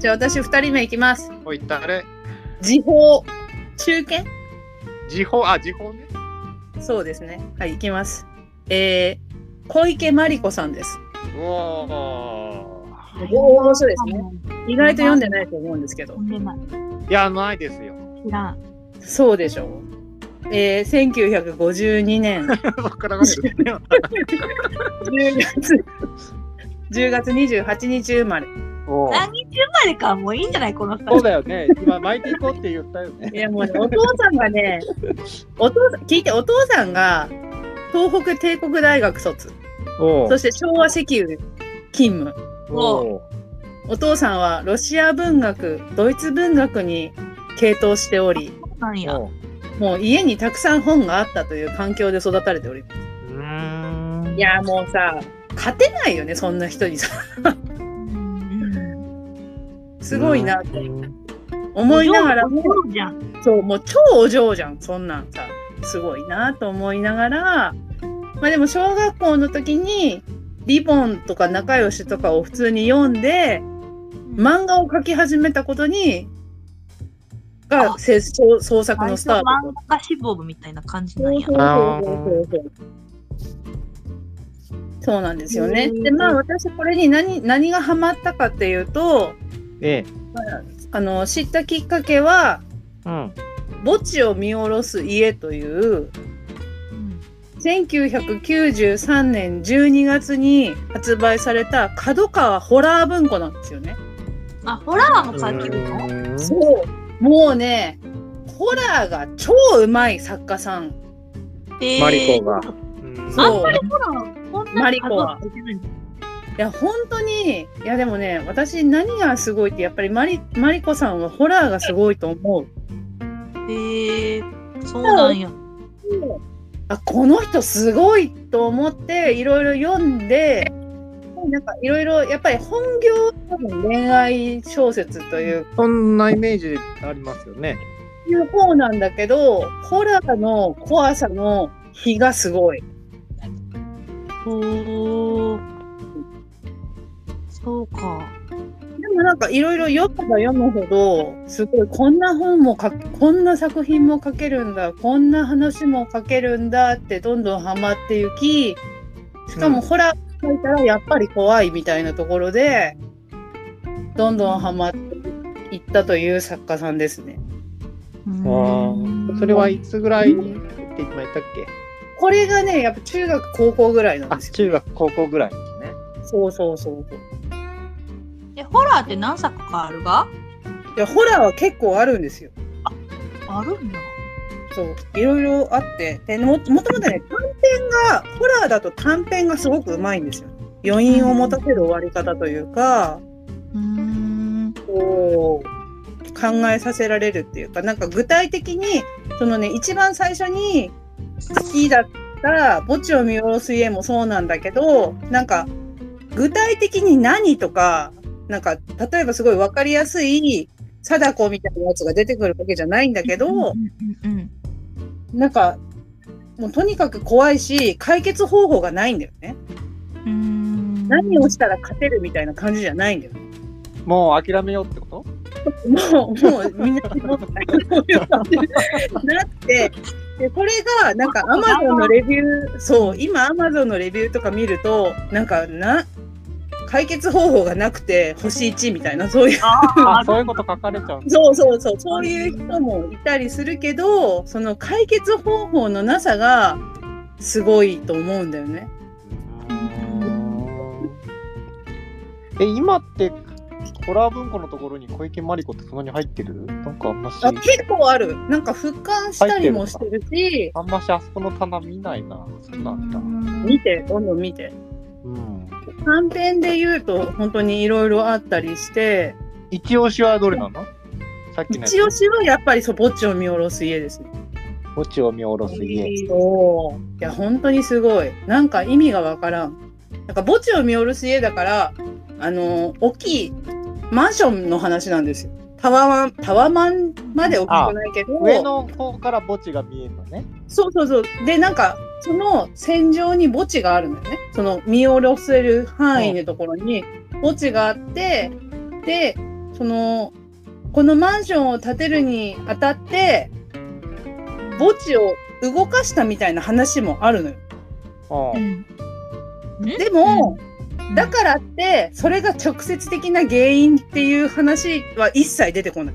じゃあ私2人目いきます。 おい、誰？ 時報。中堅？ 時報ね。 そうですね。はい、いきます。小池真理子さんです。 おお、そうですね。意外と読んでないと思うんですけど。 いや、ないですよ。 知らん。 そうでしょう。1952年わからないですね。 10月28日生まれ。 何日生まれかもういいんじゃないこの2人。 そうだよね。今巻いていこうって言ったよね。 いやもうね、お父さんがね、聞いて、お父さんが東北帝国大学卒。そして昭和石油勤務。お父さんはロシア文学、ドイツ文学に傾倒しており、もう家にたくさん本があったという環境で育たれております。いやもうさ、勝てないよね、そんな人にさ。すごいなって思いながらも、そう、もう超お嬢じゃん、そんなんさ、すごいなと思いながら、まあでも小学校の時にリボンとか仲良しとかを普通に読んで、漫画を描き始めたことにが創作のスタート。 漫画家志望部みたいな感じなんや。 そうなんですよね。で、まあ私これに何がハマったかっていうと、知ったきっかけは、墓地を見下ろす家という、1993年12月に発売された角川ホラー文庫なんですよね。 あ、ホラーも書けるの？ そう。もうね、ホラーが超うまい作家さん。 マリコが。 そう。 あんまりホラー、こんなマリコは。いや、本当に、いやでもね、私何がすごいって、やっぱりマリコさんはホラーがすごいと思う。 そうなんや。 あ、この人すごいと思っていろいろ読んで、なんかいろいろやっぱり本業多分恋愛小説というそんなイメージありますよね。 いう方なんだけど、ホラーの怖さの比がすごい。 そうか。 でもなんかいろいろ読めば読むほど、すごいこんな本もこんな作品も書けるんだ、こんな話も書けるんだってどんどんハマっていき、しかもホラー書いたらやっぱり怖いみたいなところで、どんどんハマっていったという作家さんですね。 それはいつぐらいにって今言ったっけ？ これがね、やっぱ中学高校ぐらいなんですよ。 中学高校ぐらいですね。 そう。 ホラーって何作かあるが？ いや、ホラーは結構あるんですよ。 あるんだ。 そう、いろいろあって、でもともとね、ホラーだと短編がすごくうまいんですよ。余韻を持たせる終わり方というか、こう考えさせられるっていうか、なんか具体的にそのね、一番最初に好きだった墓地を見下ろす家もそうなんだけど、なんか具体的に何とか、なんか例えばすごい分かりやすい貞子みたいなやつが出てくるわけじゃないんだけど、なんかもうとにかく怖いし解決方法がないんだよね。何をしたら勝てるみたいな感じじゃないんだよ。 もう諦めようってこと？ もうみんなそういう感じなって、でこれがなんか Amazon のレビュー、そう今 Amazon のレビューとか見るとなんか解決方法がなくて星1みたいな、そういうそういうこと書かれちゃう。 そういう人もいたりするけど、その解決方法のなさがすごいと思うんだよね。 今ってホラー文庫のところに小池真理子ってそんなに入ってる？なんかあんまし。 結構ある。なんか復刊したりもしてるし。 あんましあそこの棚見ないな。そうなんだ。 見て、どんどん見て。短編で言うと本当にいろいろあったりして。 一押しはどれなの？さっきのやつ。 一押しはやっぱり墓地を見下ろす家ですね。 墓地を見下ろす家。 そう。いや本当にすごい。なんか意味がわからん。なんか墓地を見下ろす家だから、大きいマンションの話なんですよ。タワマンまで大きくないけど、 上の方から墓地が見えるのね。 そう。で、なんか、その線上に墓地があるんだよね。その見下ろせる範囲のところに墓地があって、で、 このマンションを建てるにあたって墓地を動かしたみたいな話もあるのよ。でも、だからってそれが直接的な原因っていう話は一切出てこない。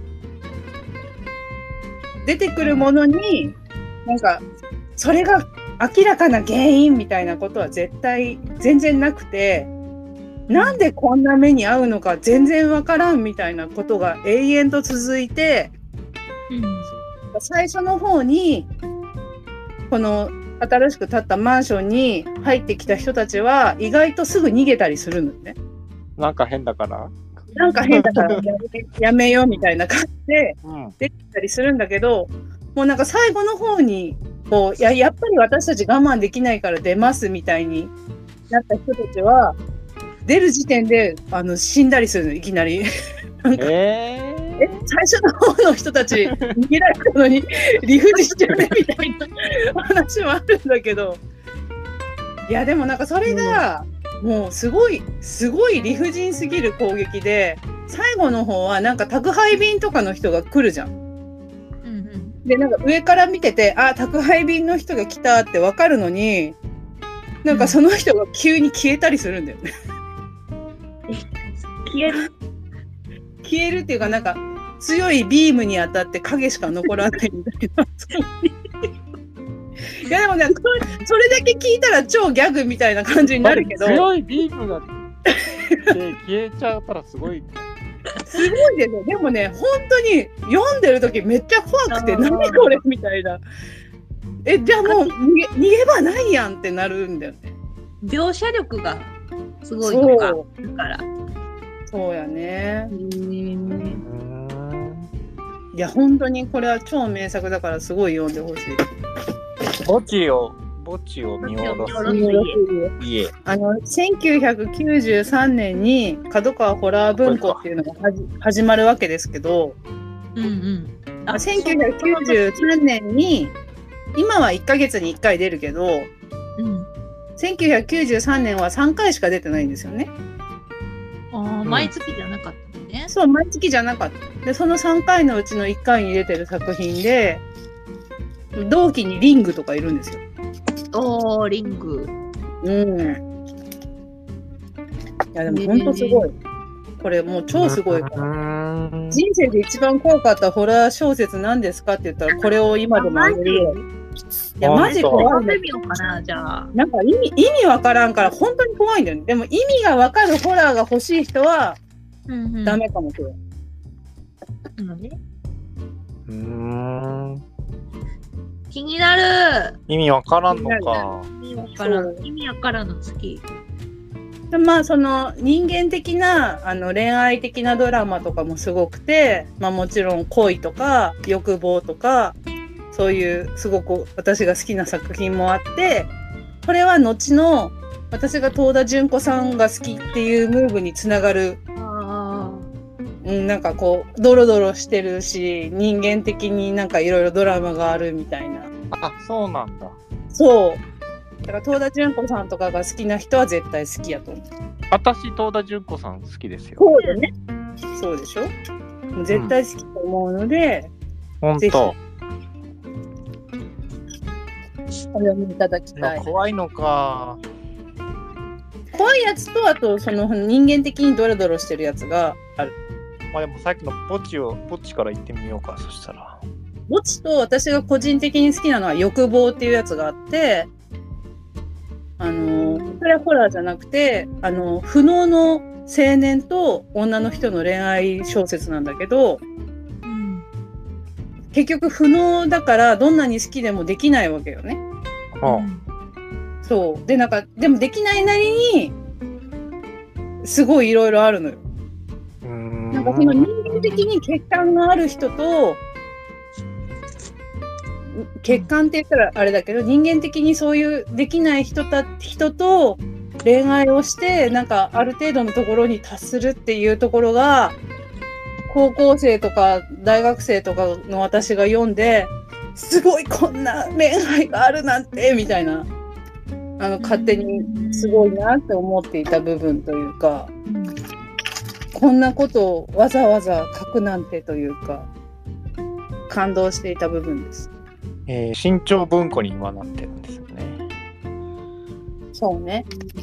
出てくるものになんかそれが明らかな原因みたいなことは絶対全然なくて、なんでこんな目に遭うのか全然わからんみたいなことが永遠と続いて、最初の方にこの新しく建ったマンションに入ってきた人たちは意外とすぐ逃げたりするのね。 なんか変だからやめようみたいな感じで出てきたりするんだけど、もうなんか最後の方にこうやっぱり私たち我慢できないから出ますみたいになった人たちは出る時点で死んだりするの、いきなり。なんか最初の方の人たち逃げられたのに理不尽しちゃうねみたいな話もあるんだけど、いやでもなんかそれがもうすごい理不尽すぎる攻撃で、最後の方はなんか宅配便とかの人が来るじゃん。でなんか上から見てて、あ、宅配便の人が来たって分かるのに、なんかその人が急に消えたりするんだよね。消えるっていうか、なんか強いビームに当たって影しか残らないみたいな。いやでもね、それだけ聞いたら超ギャグみたいな感じになるけど、 強いビームが消えちゃったらすごいですよ。でもね、本当に読んでる時めっちゃ怖くて、何これみたいな。じゃあもう逃げ場ないやんってなるんだよね。 描写力がすごいとかだから。 そうやね。いや本当にこれは超名作だからすごい読んでほしい。 墓地を見下ろす家。 1993年に角川ホラー文庫っていうのが始まるわけですけど、1993年に今は1ヶ月に1回出るけど、1993年は3回しか出てないんですよね。 毎月じゃなかったのね。 そう、毎月じゃなかった。でその3回のうちの1回に出てる作品で、同期にリングとかいるんですよ。 リング。 いやでも本当すごい。これもう超すごいから。人生で一番怖かったホラー小説なんですかって言ったら、これを今でもあげるよ。いやマジ怖い。なんか意味わからんから本当に怖いんだよね。でも意味がわかるホラーが欲しい人はダメかもしれない。 気になる。 意味わからんのか。 意味わからんの好き。 でまあその人間的な恋愛的なドラマとかもすごくて、まあもちろん恋とか欲望とかそういうすごく私が好きな作品もあって、これは後の私が遠田純子さんが好きっていうムーブにつながる。なんかこうドロドロしてるし、人間的になんかいろいろドラマがあるみたいな。 あ、そうなんだ。 そうだから遠田純子さんとかが好きな人は絶対好きやと思う。 私遠田純子さん好きですよ。 そうだね。そうでしょ。もう絶対好きと思うので、 ぜひお読みいただきたい。 怖いのか。 怖いやつと、あとその人間的にドロドロしてるやつがある。 まあでもさっきの墓地から行ってみようか。そしたら墓地と、私が個人的に好きなのは欲望っていうやつがあって、それはホラーじゃなくて、不能の青年と女の人の恋愛小説なんだけど、結局不能だからどんなに好きでもできないわけよね。そうで、なんかでもできないなりにすごいいろいろあるのよ。なんかその人間的に欠陥がある人と、欠陥って言ったらあれだけど、人間的にそういうできない人と恋愛をして、なんかある程度のところに達するっていうところが、高校生とか大学生とかの私が読んで、すごいこんな恋愛があるなんてみたいな、勝手にすごいなって思っていた部分というか、 こんなことをわざわざ書くなんてというか、感動していた部分です。 新潮文庫に今なってるんですよね。 そうね。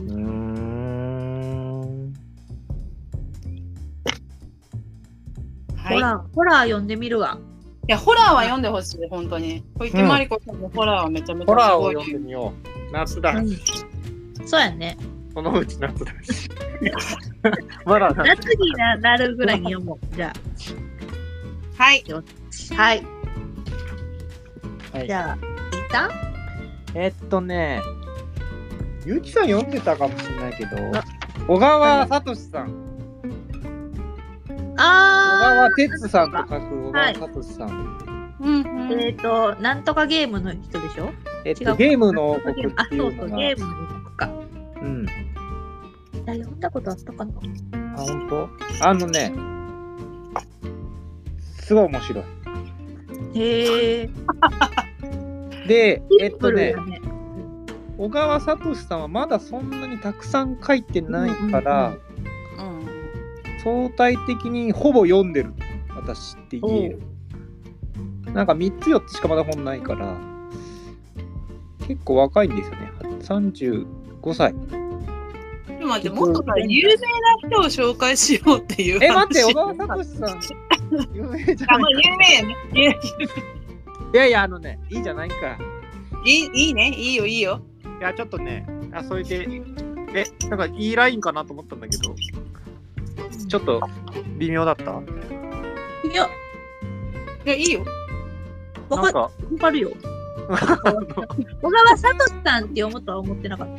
はい。 ホラー読んでみるわ。 いや、ホラーは読んでほしい、本当に。小池真理子さんのホラーはめちゃめちゃすごい。 ホラーを読んでみよう。夏だ。 そうやね。 このうち夏だし。まだ夏になるぐらいに読もう。じゃあ。はい。 はい。 はい、 じゃあ、いた？ ゆきさん読んでたかもしれないけど、小川聡さん。小川哲さんと書く小川聡さん。 なんとかゲームの人でしょ？ ゲームの王国っていうのが。 ゲームの王国か。 うん。 読んだことあったかな？ あ、本当？すごい面白い。 へえ。 で、小川聡さんはまだそんなにたくさん書いてないから、相対的にほぼ読んでる、私って言える。なんか3つ4つしかまだ本ないから、結構若いんですよね。35歳。 待って、もっとさ、有名な人を紹介しようっていう話。 待って、小川聡さん。有名じゃないか。 有名やね。 いやいや、いいじゃないか。 いいね、いいよ、いいよ。 いや、ちょっとね、それで、なんかいいラインかなと思ったんだけど、ちょっと微妙だった？ いや、 いいよ。 わかるよ。小川聡さんって読むとは思ってなかった。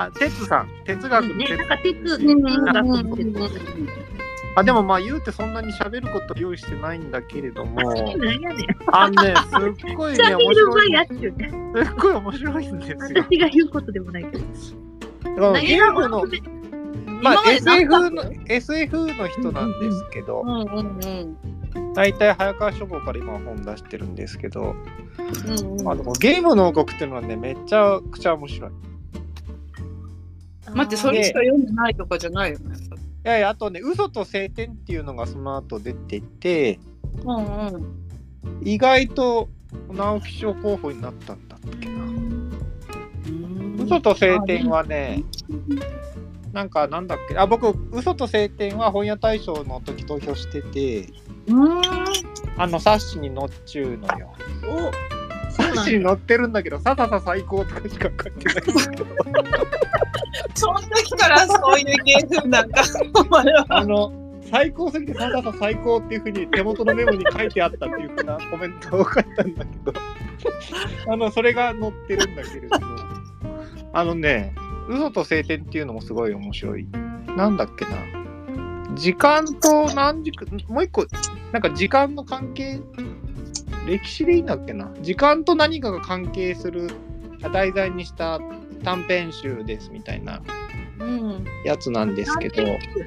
哲さん、哲学のね、なんか哲学のでも言うてそんなに喋ること用意してないんだけれども、すっごいね、面白い。すっごい面白いんですよ。 私が言うことでもないけど。 ゲームの、SF の人なんですけど、大体早川書房から今は本出してるんですけど、ゲームの王国っていうのはね、めちゃくちゃ面白い。 待って、それしか読んでないとかじゃないよね。 いやいや、あとね、嘘と晴天っていうのがその後出てて、意外と直木賞候補になったんだっけな。嘘と晴天はね、なんだっけ、僕、嘘と晴天は本屋大賞の時投票してて、冊子に載っちゅうのよ。冊子に載ってるんだけど、さ最高とかしか書いてないんだけど。 その時からそういうゲームなんか、 最高すぎてさ最高っていうふうに手元のメモに書いてあったっていうふうなコメントを書いたんだけど、それが載ってるんだけれども、嘘と晴天っていうのもすごい面白い。なんだっけな。時間ともう一個、なんか時間の関係、歴史でいいんだっけな。時間と何かが関係する題材にした短編集ですみたいなやつなんですけど、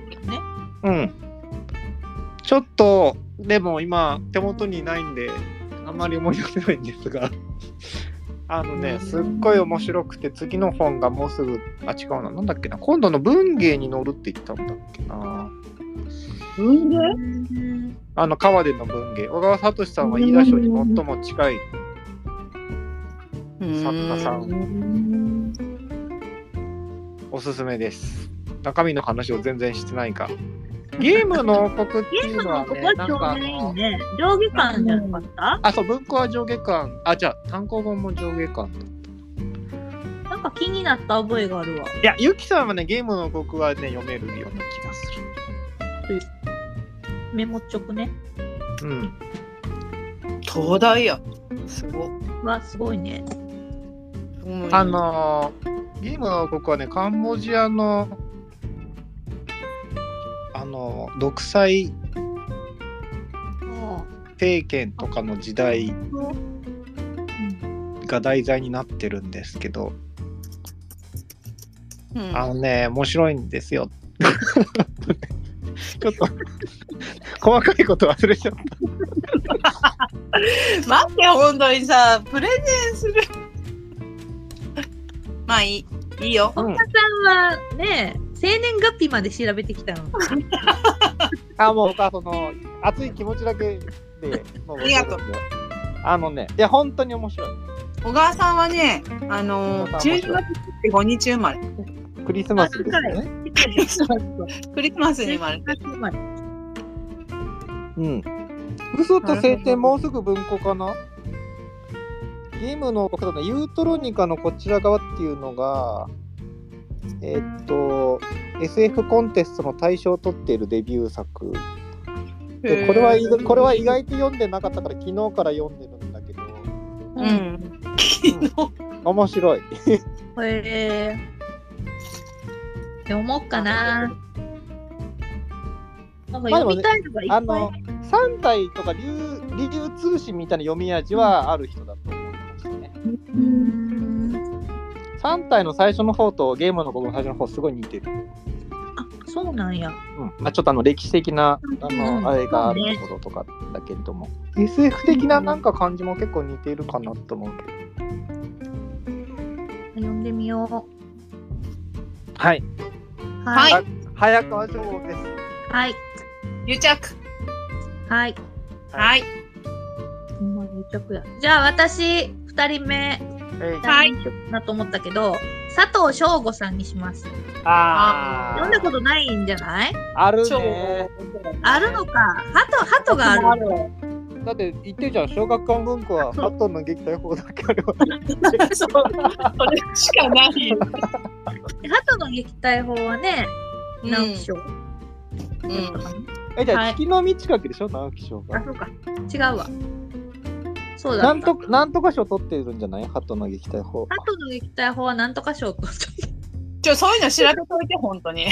ちょっとでも今手元にないんであんまり思い出せないんですがすっごい面白くて、次の本がもうすぐ、違うな、なんだっけな、今度の文芸に載るって言ったんだっけな。 文芸？ 川での文芸。小川聡さんは飯田賞に最も近い作家さん。おすすめです。中身の話を全然してないか。ゲームの王国っていうのはね、なんか上下巻じゃなかった？ そう、文庫は上下巻。じゃあ単行本も上下巻だった。 なんか気になった覚えがあるわ。 いや、ゆきさんはね、ゲームの王国はね、読めるような気がする。 メモっちょくね。 東大や。すごいね。 ゲームの王国はね、カンボジアの独裁政権とかの時代が題材になってるんですけど、面白いんですよ。ちょっと細かいこと忘れちゃった。 待って、本当にさ、プレゼンする。まあいいよ。 本田さんはね、生年月日まで調べてきたの。 もう僕はその熱い気持ちだけでもうありがとう。 いや本当に面白い。 小川さんはね、 面白い 12月5日生まれ。 クリスマスですね。 クリスマスに生まれて。 うん。嘘と晴天もうすぐ文庫かな。ゲームの僕だとユートロニカのこちら側っていうのがSF コンテストの大賞を取っているデビュー作で、これは意外と読んでなかったから昨日から読んでるんだけど、 うん。昨日。 面白い。 読もうかな。なんか読みたいのがいっぱい。 3体とか理流通信みたいな読み味はある人だと思いますね。3体の最初の方とゲームの僕の最初の方すごい似てる。 あ、そうなんや。 まあ、ちょっと歴史的なあれがあるところとかだけれども、SF 的ななんか感じも結構似ているかなと思うけど。 読んでみよう。はい。 はい。 早川翔吾です。 はい。 癒着。 はい。 はい。 癒着や。じゃあ私2人目。はい。なと思ったけど、佐藤翔吾さんにします。読んだことないんじゃない？ あるね。 あるのか。鳩がある。 だって言ってるじゃん、小学館文庫は鳩の撃退法だけあれば。 それしかない。 鳩の撃退法はね、直木賞。 じゃあ月の満ち欠けでしょ、直木賞が。 あ、そうか。違うわ。そうだ。 なんとか賞取ってるんじゃない？鳩の撃退法。 鳩の撃退法はなんとか賞取ってる。そういうの調べといて、本当に。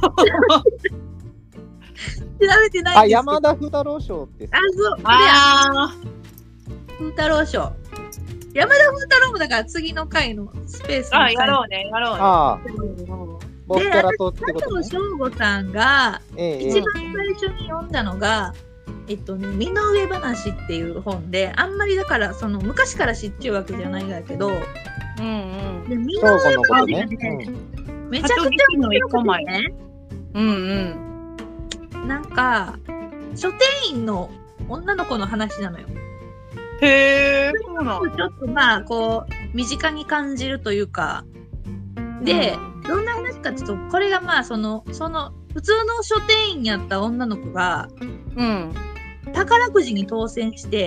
調べてないんです。 山田風太郎賞って。 そう。風太郎賞。山田風太郎もだから次の回のスペースの。 やろうね。 ボスキャラとってことね。佐藤翔吾さんが一番最初に読んだのが、身の上話っていう本で、あんまりだからその昔から知ってるわけじゃないんだけど、で身の上話がね、めちゃくちゃ面白くてね。なんか書店員の女の子の話なのよ。 へえ。 ちょっとまあこう身近に感じるというか。で、どんな話かっていうと、これがまあその普通の書店員やった女の子が、宝くじに当選して、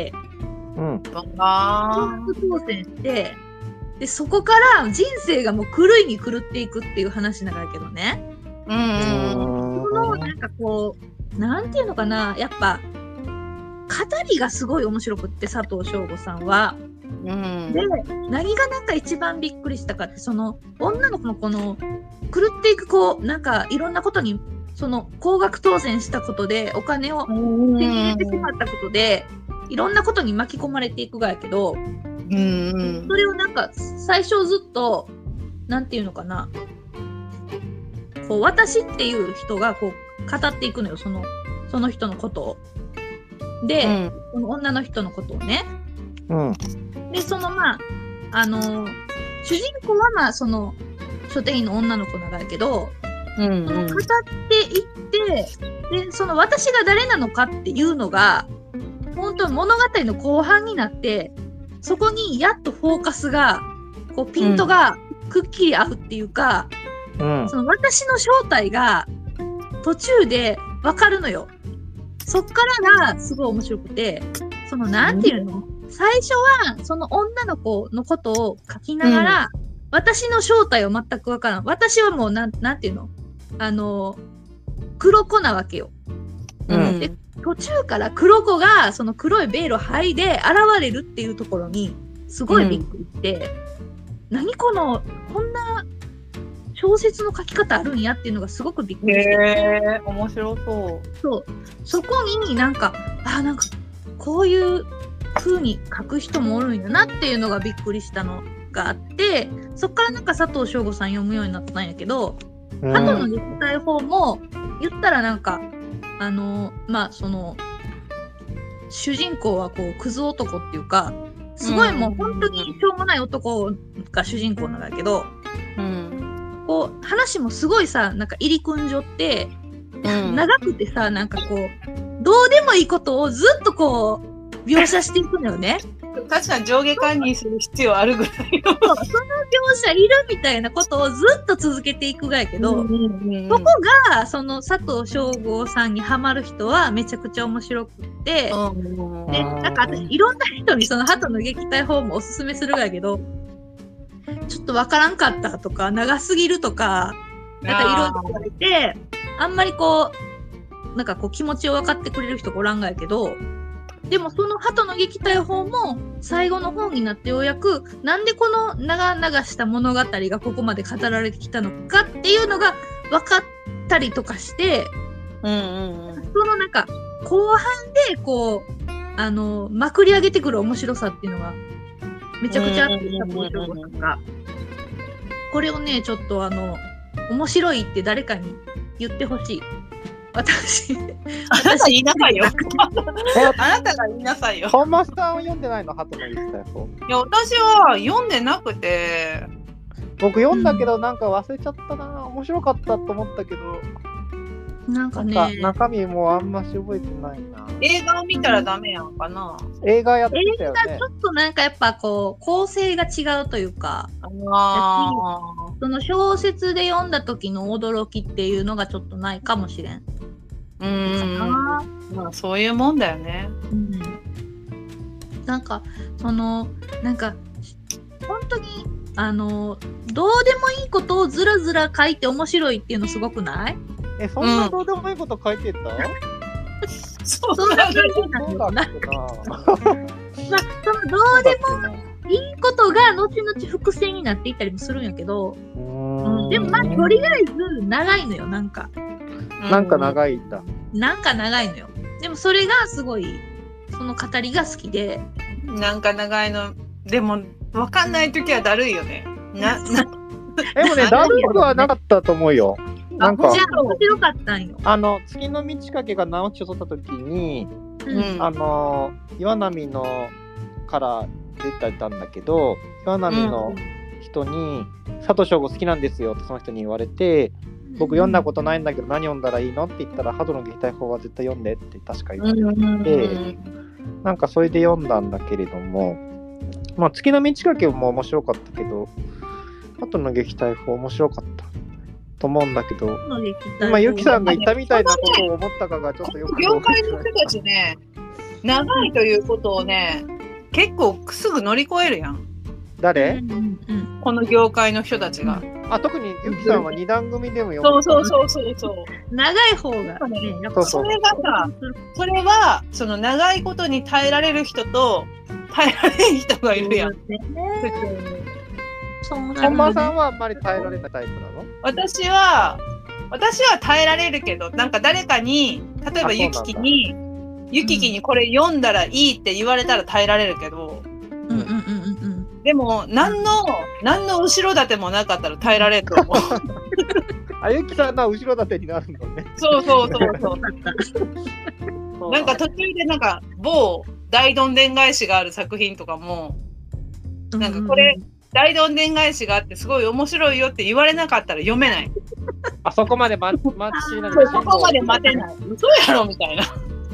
当選して、でそこから人生がもう狂いに狂っていくっていう話なんだけどね。そのなんかこうなんていうのかな、やっぱ語りがすごい面白くって、佐藤翔吾さんは。で、何がなんか一番びっくりしたかって、その女の子のこの狂っていくこうなんかいろんなことに、その高額当選したことでお金を手に入れてしまったことでいろんなことに巻き込まれていくがやけど、それをなんか最初ずっとなんていうのかな、こう私っていう人がこう語っていくのよ、その人のことを。で、その女の人のことをね。で、そのまあ主人公はまあその書店員の女の子なんだけど、その語っていって、でその私が誰なのかっていうのが本当に物語の後半になって、そこにやっとフォーカスがこうピントがくっきり合うっていうか、その私の正体が途中で分かるのよ。そっからがすごい面白くて、そのなんていうの、最初はその女の子のことを書きながら、私の正体を全く分からん。私はもうなんていうの、黒子なわけよ。で途中から黒子がその黒いベールを剥いで現れるっていうところにすごいびっくりして、何こんな小説の書き方あるんやっていうのがすごくびっくりして。 面白そう。 そう。そこになんかこういう風に書く人もおるんやなっていうのがびっくりしたのがあって、そっからなんか佐藤翔吾さん読むようになったんやけど、鳩の撃退法も言ったらなんかまあその主人公はこうクズ男っていうか、すごいもう本当にしょうもない男が主人公なんだけど、こう話もすごいさ、なんか入り組んじょって、 長くてさ、なんかこう、どうでもいいことをずっとこう、描写していくのよね。 確かに上下関係する必要あるぐらいの。 その描写いるみたいなことをずっと続けていくがやけど、そこが、その佐藤翔吾さんにハマる人はめちゃくちゃ面白くって、で、なんか私、いろんな人にその鳩の撃退法もおすすめするがやけど、ちょっとわからんかったとか、長すぎるとか、なんかいろいろ言われて、あんまりこう、なんかこう気持ちを分かってくれる人がおらんがやけど、でもその鳩の撃退法も最後の方になってようやくなんでこの長々した物語がここまで語られてきたのかっていうのが分かったりとかして、そのなんか後半でこうまくり上げてくる面白さっていうのがめちゃくちゃあってさ、これをねちょっと面白いって誰かに言ってほしい。私あなた言いなさいよ。あなたが言いなさいよ。 本間さんは読んでないの？鳩の撃退法。 いや、私は読んでなくて。 僕読んだけどなんか忘れちゃったな。面白かったと思ったけど。 なんかね。 中身もあんまし覚えてないな。 映画を見たらダメやんかな。 映画やってたよね。 映画ちょっとなんかやっぱこう構成が違うというか。その小説で読んだ時の驚きっていうのがちょっとないかもしれん。 まあそういうもんだよね。 なんかなんか本当にどうでもいいことをずらずら書いて面白いっていうのすごくない？ そんなどうでもいいこと書いてた？ そんな感じなんだよな。まあそのどうでもいいことが後々伏線になっていったりもするんやけど、でもまあとりあえず長いのよなんか。 なんか長いんだ。 なんか長いのよ。でもそれがすごいその語りが好きで。 なんか長いの。でも分かんないときはだるいよね。 でもねだるくはなかったと思うよ。なんかじゃあ面白かったんよ。 月の満ち欠けが直木賞取った時に、岩波のから出てたんだけど、岩波の人に佐藤翔吾好きなんですよってその人に言われて。僕読んだことないんだけど何読んだらいいのって言ったら鳩の撃退法は絶対読んでって確か言われて、なんかそれで読んだんだけれども、まあ月の満ち欠けも面白かったけど鳩の撃退法面白かったと思うんだけど、今ゆきさんが言ったみたいなことを思ったかがちょっとよく業界の人たちね、長いということをね結構すぐ乗り越えるやん。 誰？ この業界の人たちが。 特にゆきさんは2段組でも読む。 そう。 長い方がね。 それがさ、それはその長いことに耐えられる人と耐えられない人がいるやん。 本間さんはあんまり耐えられたタイプなの？ 私は耐えられるけど、なんか誰かに例えばゆききにこれ読んだらいいって言われたら耐えられるけど。でも何の後ろ盾もなかったら耐えられると思う。 ゆきさんの後ろ盾になるのね。 そう。なんか途中でなんか某大どんでん返しがある作品とかも、なんかこれ大どんでん返しがあってすごい面白いよって言われなかったら読めない。 そこまで待ちながら。 そこまで待てない。そうやろみたいな。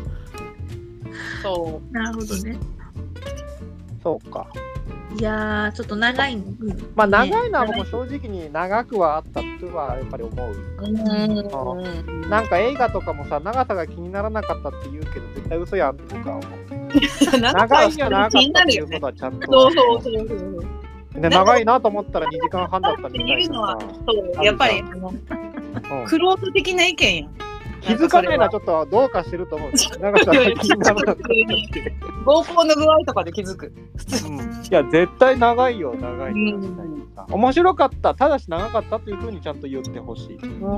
そう。 なるほどね。 そうか。 いやーちょっと長いの。 まあ長いのは僕正直に長くはあったとはやっぱり思う。なんか映画とかもさ長さが気にならなかったって言うけど絶対嘘やんって僕は思う。長いには長かったっていうことはちゃんと。そうで長いなと思ったら2時間半だったみたいな。 やっぱりクロート的な意見やん。 気づかないのはちょっとどうかしてると思う。長さが気にならなかったって。 膀胱の具合とかで気づく。 いや絶対長いよ長い。面白かったただし長かったというふうにちゃんと言ってほしい。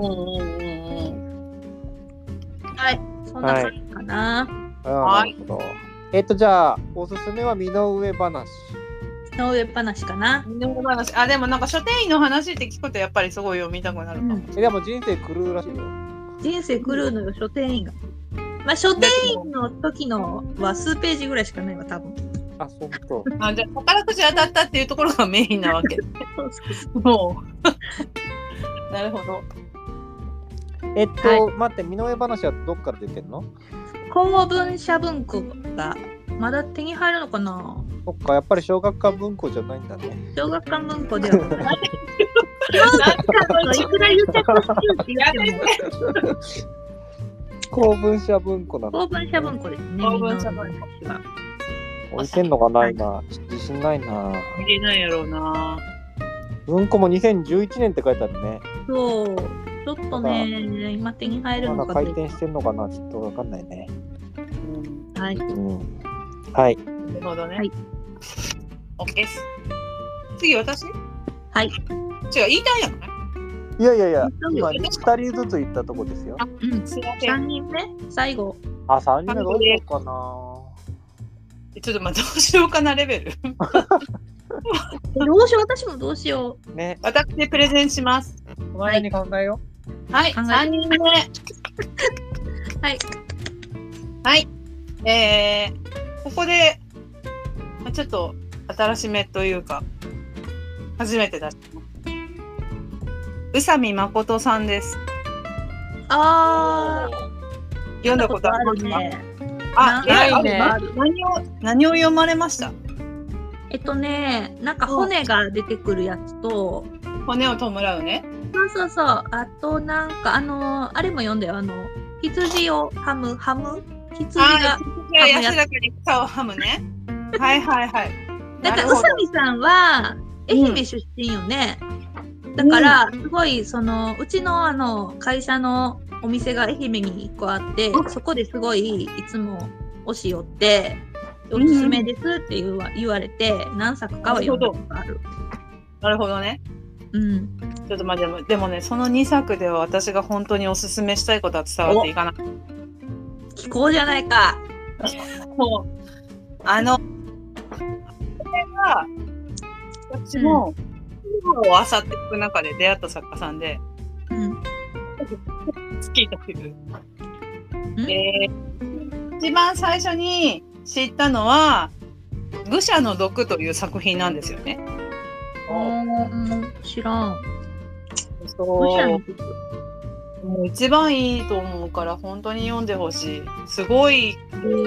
はいそんな感じかな。 はい。じゃあおすすめは身の上話。 身の上話かな。 身の上話。でもなんか書店員の話って聞くとやっぱりすごい読みたくなるかも。 でも人生狂うらしいよ。 人生狂うのよ書店員が。まあ書店員の時のは数ページぐらいしかないわ多分。 そうそう。 じゃあ宝くじ当たったっていうところがメインなわけ。もうなるほど。 待って、身の上話はどっから出てんの？ 公文社文庫がまだ手に入るのかな。 そっか、やっぱり小学館文庫じゃないんだね。 小学館文庫ではない。いくら癒着って言っても公文社文庫なの。 公文社文庫ですね。 公文社文庫は置いてんのかな今。自信ないな。 見れないやろうな。 文庫も2011年って書いてあるね。 そう。ちょっとね、今手に入るのかまだ回転してんのかな、ちょっとわかんないね。 はい。 はい。 なるほどね。 はい。 OK です。次私？ はい。 違う、言いたいやんね。 いや、今2人ずつ言ったとこですよ。 すいません。 3人目最後。 3人目どうしようかな。 ちょっとどうしようかなレベル。 どうしよう、私もどうしよう。ね。 私でプレゼンします。 お前に考えよう。はい、3人目。はい。はい。ここで、ちょっと新しめというか、初めて出します。宇佐美誠さんです。読んだことありますか？ ないね。 何を読まれました？ なんか骨が出てくるやつと、 骨を弔うね。 そう。あとなんかあれも読んだよ。羊をハム羊が安らかに草をハムね。はい。 なんか宇佐美さんは愛媛出身よね。だからすごいうちの会社のお店が愛媛に1個あって、そこですごいいつも押し寄っておすすめですって言われて何作かは読んだことある。 なるほどね。ちょっと待って、でもね、その2作では私が本当におすすめしたいことは伝わっていかない。 聞こうじゃないか。 もうこれが私もをあさっていく中で出会った作家さんで、好きという。一番最初に知ったのは愚者の毒という作品なんですよね。 知らん。 もう一番いいと思うから本当に読んでほしい。すごい、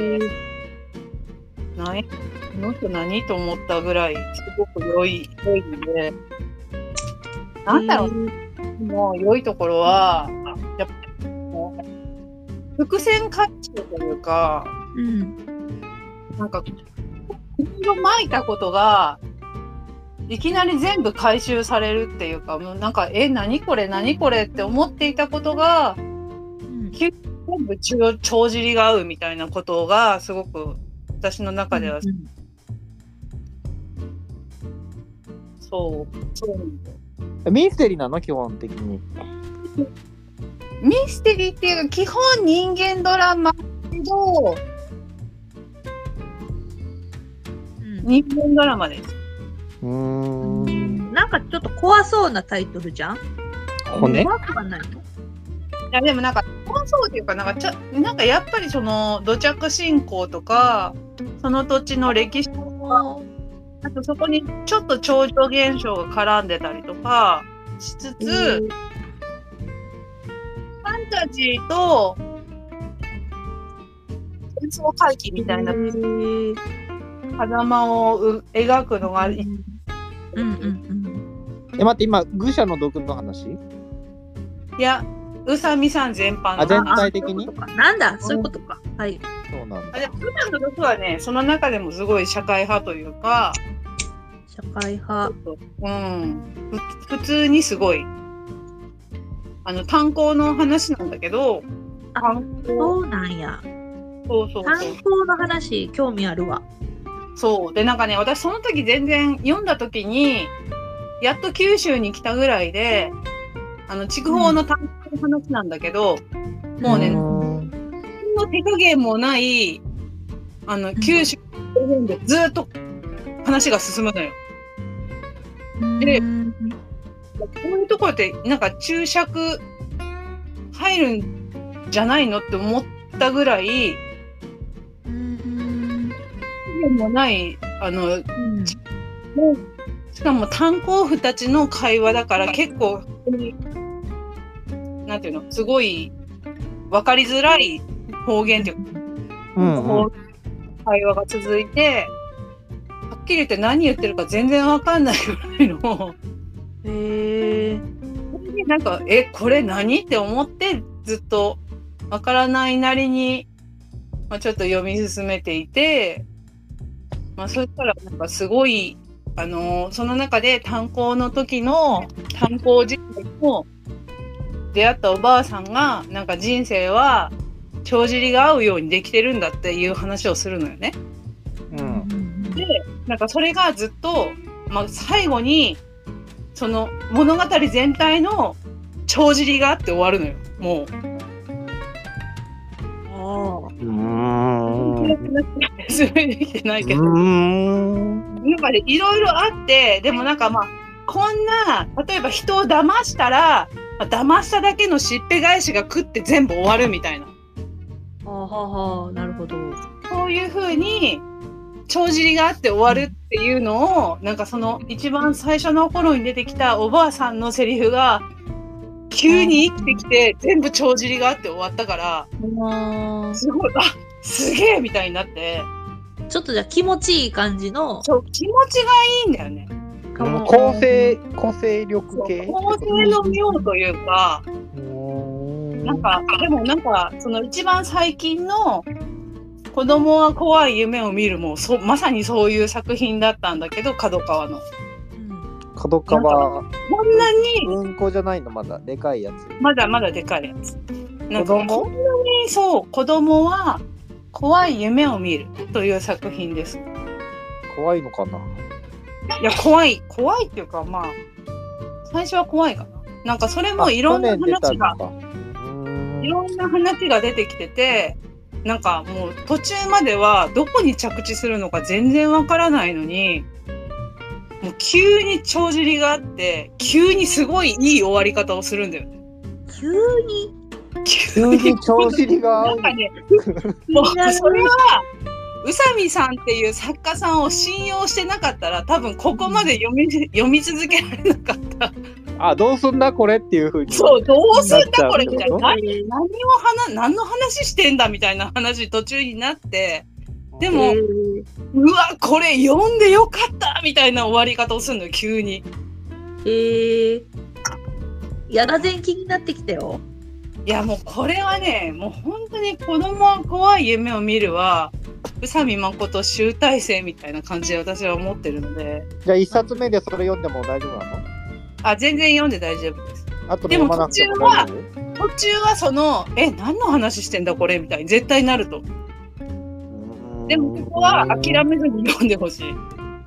この人何と思ったぐらいすごく良いんで、なんだろう、もう良いところはやっぱもう伏線回収というか、なんかいろいろまいたことがいきなり全部回収されるっていうか、もうなんか何これって思っていたことが、全部帳尻が合うみたいなことがすごく私の中では、そうミステリーなの基本的に。 ミステリーっていうか基本人間ドラマけど、人間ドラマです。 なんかちょっと怖そうなタイトルじゃん。 骨？ 怖くはないの？ いやでもなんか怖そうっていうかなんかやっぱりその土着信仰とかその土地の歴史とか、あとそこにちょっと超常現象が絡んでたりとかしつつ、ファンタジーと戦争回帰みたいな狭間を描くのが待って今愚者の毒の話？ いや宇佐美さん全般の全体的になんだそういうことか。はい。 そうなんだ。 でも宇佐の毒はねその中でもすごい社会派というか社会派。 普通にすごい炭鉱の話なんだけど。 そうなんや。炭鉱の話興味あるわ。 そうでなんかね私その時全然読んだ時にやっと九州に来たぐらいで筑豊の炭鉱の話なんだけど、もうねの手加減もない九州でずっと話が進むのよ。でこういうところってなんか注釈入るんじゃないのって思ったぐらいもないしかも炭鉱夫たちの会話だから結構なんていうの、すごい分かりづらい方言っていうか、会話が続いて、はっきり言って何言ってるか全然分かんないぐらいの。なんかこれ何って思ってずっと分からないなりに、ちょっと読み進めていて、そしたらなんかすごいその中で炭鉱の時の炭鉱時代の出会ったおばあさんがなんか人生は帳尻が合うようにできてるんだっていう話をするのよね。でなんかそれがずっと、最後にその物語全体の帳尻があって終わるのよ。もう。説明できてないけど。なんかね、いろいろあって、でもなんかこんな、例えば人を騙したら、騙しただけのしっぺ返しが食って全部終わるみたいな。 なるほど。 そういう風に、帳尻があって終わるっていうのを、なんかその一番最初の頃に出てきたおばあさんのセリフが、急に生きてきて全部帳尻があって終わったから、すごい、すげえみたいになって。 ちょっとじゃあ気持ちいい感じの。 そう、気持ちがいいんだよね。 構成力系。 構成の妙というか、なんか、でもなんか、その一番最近の子供は怖い夢を見るもまさにそういう作品だったんだけど、角川の。 角川。 こんなに。 うんこじゃないの、まだでかいやつ。 まだまだでかいやつ。なんかこんなにそう、子供は怖い夢を見るという作品です。 怖いのかな。 いや、怖いっていうか、最初は怖いかな。なんかそれもいろんな話が出てきてて、なんかもう途中まではどこに着地するのか全然わからないのに、もう急に帳尻があって、急にすごいいい終わり方をするんだよね。 急に帳尻が合う。 なんかね、もうそれは宇佐美さんっていう作家さんを信用してなかったら多分ここまで読み続けられなかった。 どうすんだこれっていう風に。 そう、どうすんだこれみたいな。何の話してんだみたいな話途中になって、でも、うわ、これ読んでよかったみたいな終わり方をするのよ、急に。 やらぜん気になってきたよ。 いや、もうこれはね、もう本当に子供は怖い夢を見るは、宇佐美誠集大成みたいな感じで私は思ってるので。 じゃあ一冊目でそれ読んでも大丈夫なの？ 全然読んで大丈夫です。 でも途中はその何の話してんだこれみたいに絶対なると。でもここは諦めずに読んでほしい。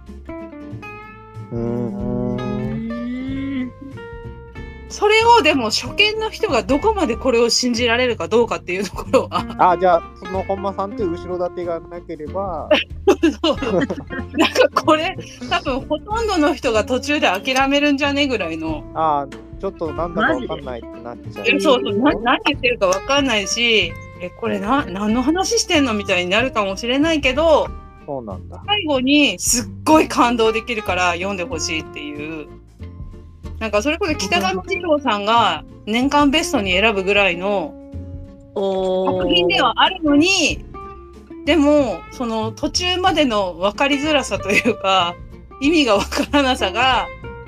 それをでも初見の人がどこまでこれを信じられるかどうかっていうところはじゃあその本間さんという後ろ盾がなければそうなんかこれ多分ほとんどの人が途中で諦めるんじゃねぐらいのちょっとなんだかわかんないってなっちゃう。 そう何言ってるかわかんないしこれ何の話してんのみたいになるかもしれないけど、 そうなんだ。 最後にすっごい感動できるから読んでほしいっていう。なんかそれこそ北上二郎さんが年間ベストに選ぶぐらいの作品ではあるのに、でもその途中までの分かりづらさというか意味が分からなさが、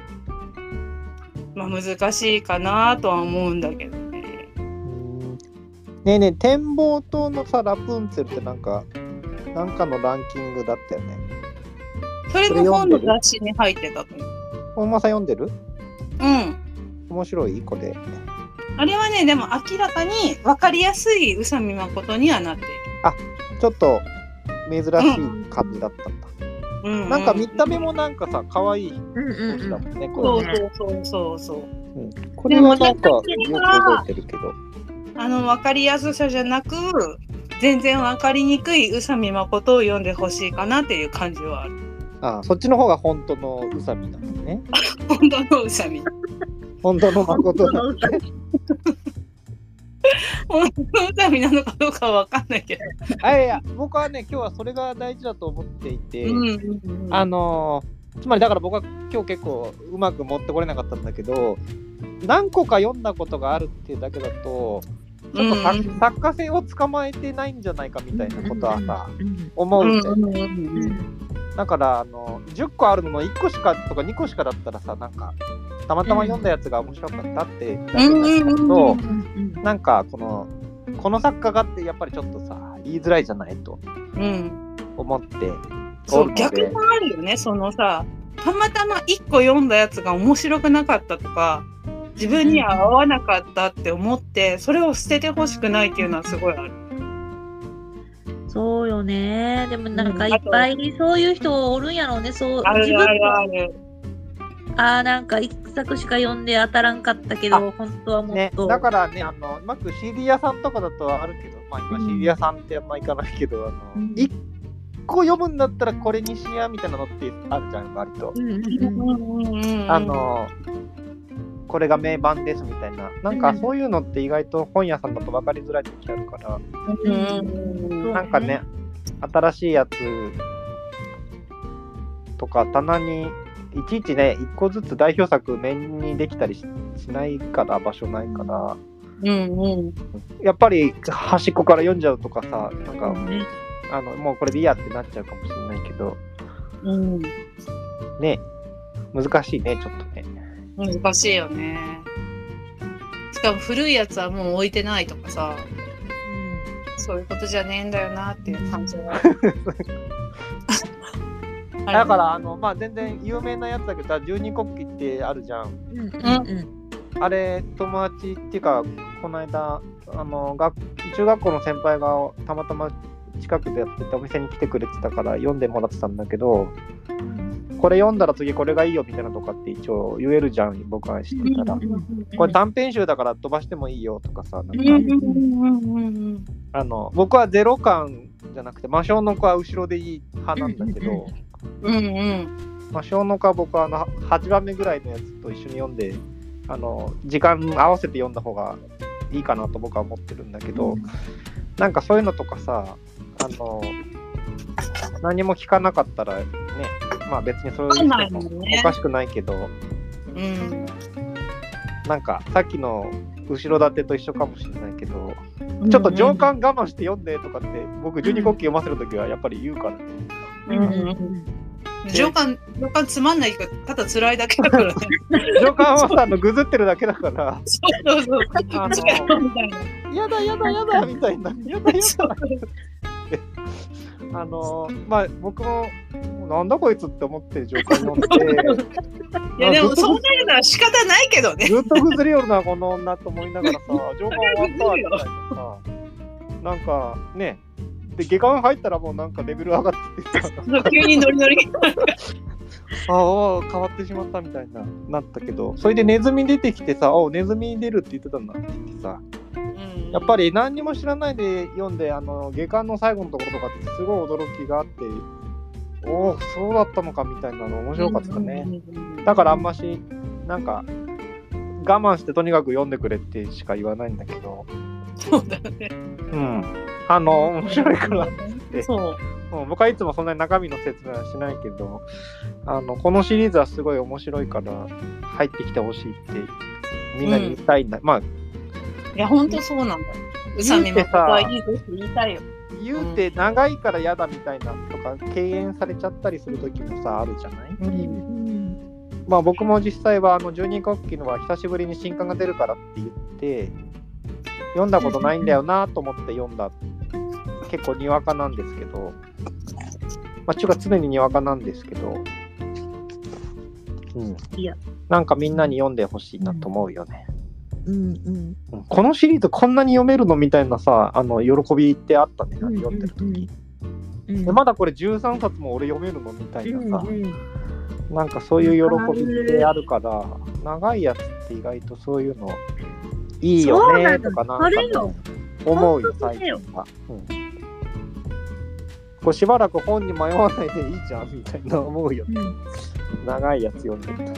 難しいかなとは思うんだけどね。 ねえねえ、展望塔のさラプンツェルってなんかのランキングだったよね。 それも本の雑誌に入ってたと思う。 本間さん読んでる？ うん。 面白いこれ。 あれはね、でも明らかに分かりやすい宇佐美誠にはなっている。 ちょっと珍しい感じだったんだ。なんか見た目もなんかさ、可愛い文字だもんね。 そう。 これはなんかよく覚えてるけど。 分かりやすさじゃなく、全然分かりにくい宇佐美誠を読んでほしいかなっていう感じはある。 そっちの方が本当の宇佐美なのね。 本当の宇佐美。 本当の誠なのね。 本当の宇佐美なのかどうかは分かんないけど。 いや、僕はね、今日はそれが大事だと思っていて、つまりだから僕は今日結構うまく持ってこれなかったんだけど、 何個か読んだことがあるっていうだけだとちょっと作家性を捕まえてないんじゃないかみたいなことはさ、思うんだよね。だから10個あるのの1個しかとか2個しかだったらさ、なんかたまたま読んだやつが面白かったってだけなんだけど、なんかこの作家がってやっぱりちょっとさ言いづらいじゃないと思って、 そう逆もあるよね。そのさ、たまたま1個読んだやつが面白くなかったとか、自分には合わなかったって思ってそれを捨ててほしくないっていうのはすごいある。 そうよね。でもなんかいっぱいそういう人おるんやろうね。そうあるあるある。 なんか一作しか読んで当たらんかったけど、本当はもっと、 ね、だからね、うまく CD 屋さんとかだとあるけど、まあ今 CD 屋さんってあんま行かないけど、1個読むんだったらこれにしやみたいなのってあるじゃん、割と。これが名盤ですみたいな、なんかそういうのって意外と本屋さんだと分かりづらい時あるから、なんかね、新しいやつとか棚にいちいちね1個ずつ代表作面にできたり しないから、場所ないから、やっぱり端っこから読んじゃうとかさ、なんか、もうこれでいいやってなっちゃうかもしれないけど、ね、難しいね、ちょっとね。 難しいよね。しかも古いやつはもう置いてないとかさ、そういうことじゃねえんだよなっていう感じがだからまあ全然有名なやつだけど、十二国旗ってあるじゃん。あれ友達っていうか、この間中学校の先輩がたまたま近くでやっててお店に来てくれてたから読んでもらってたんだけど、これ読んだら次これがいいよみたいなとかって一応言えるじゃん、僕は知ってたら。これ短編集だから飛ばしてもいいよとかさ、なんか僕はゼロ感じゃなくて魔性の子は後ろでいい派なんだけど、魔性の子は僕は8番目ぐらいのやつと一緒に読んで、時間合わせて読んだ方がいいかなと僕は思ってるんだけど、なんかそういうのとかさ、何も聞かなかったらね、まあ別にそういう人もおかしくないけど、なんかさっきの後ろ盾と一緒かもしれないけど、ちょっと情感我慢して読んでとかって僕十二国旗読ませるときはやっぱり言うからね。 情感つまんないけど、ただ辛いだけだからね。 情感はさぐずってるだけだから。やだやだやだみたいな。やだやだ。まあ僕もなんだこいつって思って情感読んで。 いやでもそうなるのは仕方ないけどね。 ずっとぐずりよるなこの女と思いながらさ、情感終わったみたいなさ、なんかね。で下巻入ったらもうなんかレベル上がっててさ、 急にノリノリああ変わってしまったみたいなったけど、それでネズミ出てきてさ、ネズミ出るって言ってたんだって言ってさ、やっぱり何にも知らないで読んで下巻の最後のところとかってすごい驚きがあって、そうだったのかみたいなの面白かったね。だからあんましなんか我慢してとにかく読んでくれってしか言わないんだけど、 そうだよね。 面白いからって。 そう。 僕はいつもそんなに中身の説明はしないけど、このシリーズはすごい面白いから入ってきてほしいってみんなに言いたいんだ。まあ、いや本当そうなんだよ。うさみもさ、いいぞって言いたいよ。 言うて長いから嫌だみたいなとか敬遠されちゃったりする時もさあるじゃない。まあ僕も実際は十二国旗のは久しぶりに新刊が出るからって言って読んだことないんだよなと思って読んだ。結構にわかなんですけど、中が常ににわかなんですけど、なんかみんなに読んでほしいなと思うよね。このシリーズこんなに読めるのみたいなさ、喜びってあったね、読んでる時。でまだこれ13冊も俺読めるのみたいなさ、なんかそういう喜びってあるから、長いやつって意外とそういうのいいよねとかなんか思うよ最近は。こうしばらく本に迷わないでいいじゃんみたいな思うよね。長いやつ読んでると。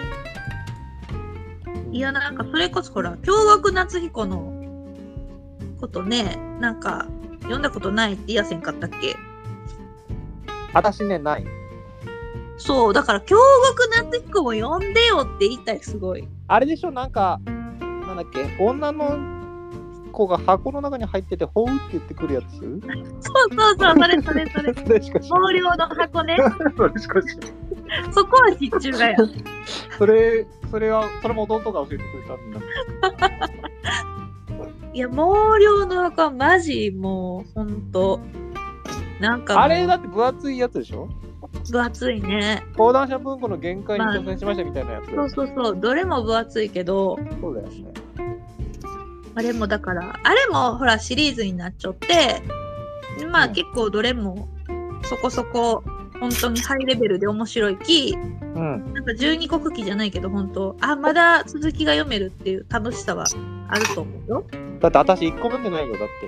いやなんかそれこそほら京極夏彦のことね、なんか読んだことないって言いやせんかったっけ？ 私ねない。 そう、だから京極夏彦も呼んでよって言いたい、すごい。 あれでしょ、なんだっけ、女の子が箱の中に入ってて、ほうって言ってくるやつ。 そう、それ。 それしか知らない。 毛量の箱ね。 それしか知らない。 そこは知っちゅうがや。 それも弟が教えてくれたんだ。 いや、毛量の箱はマジもうほんとなんかもうあれだって分厚いやつでしょ。 分厚いね。 講談社文庫の限界に挑戦しましたみたいなやつ。 そう、どれも分厚いけど、 そうだよね。 あれもだからあれもほらシリーズになっちゃって、まあ、結構どれもそこそこ本当にハイレベルで面白いき、なんか12国記じゃないけど本当まだ続きが読めるっていう楽しさはあると思うよ。 だって私1個分でないよ。だって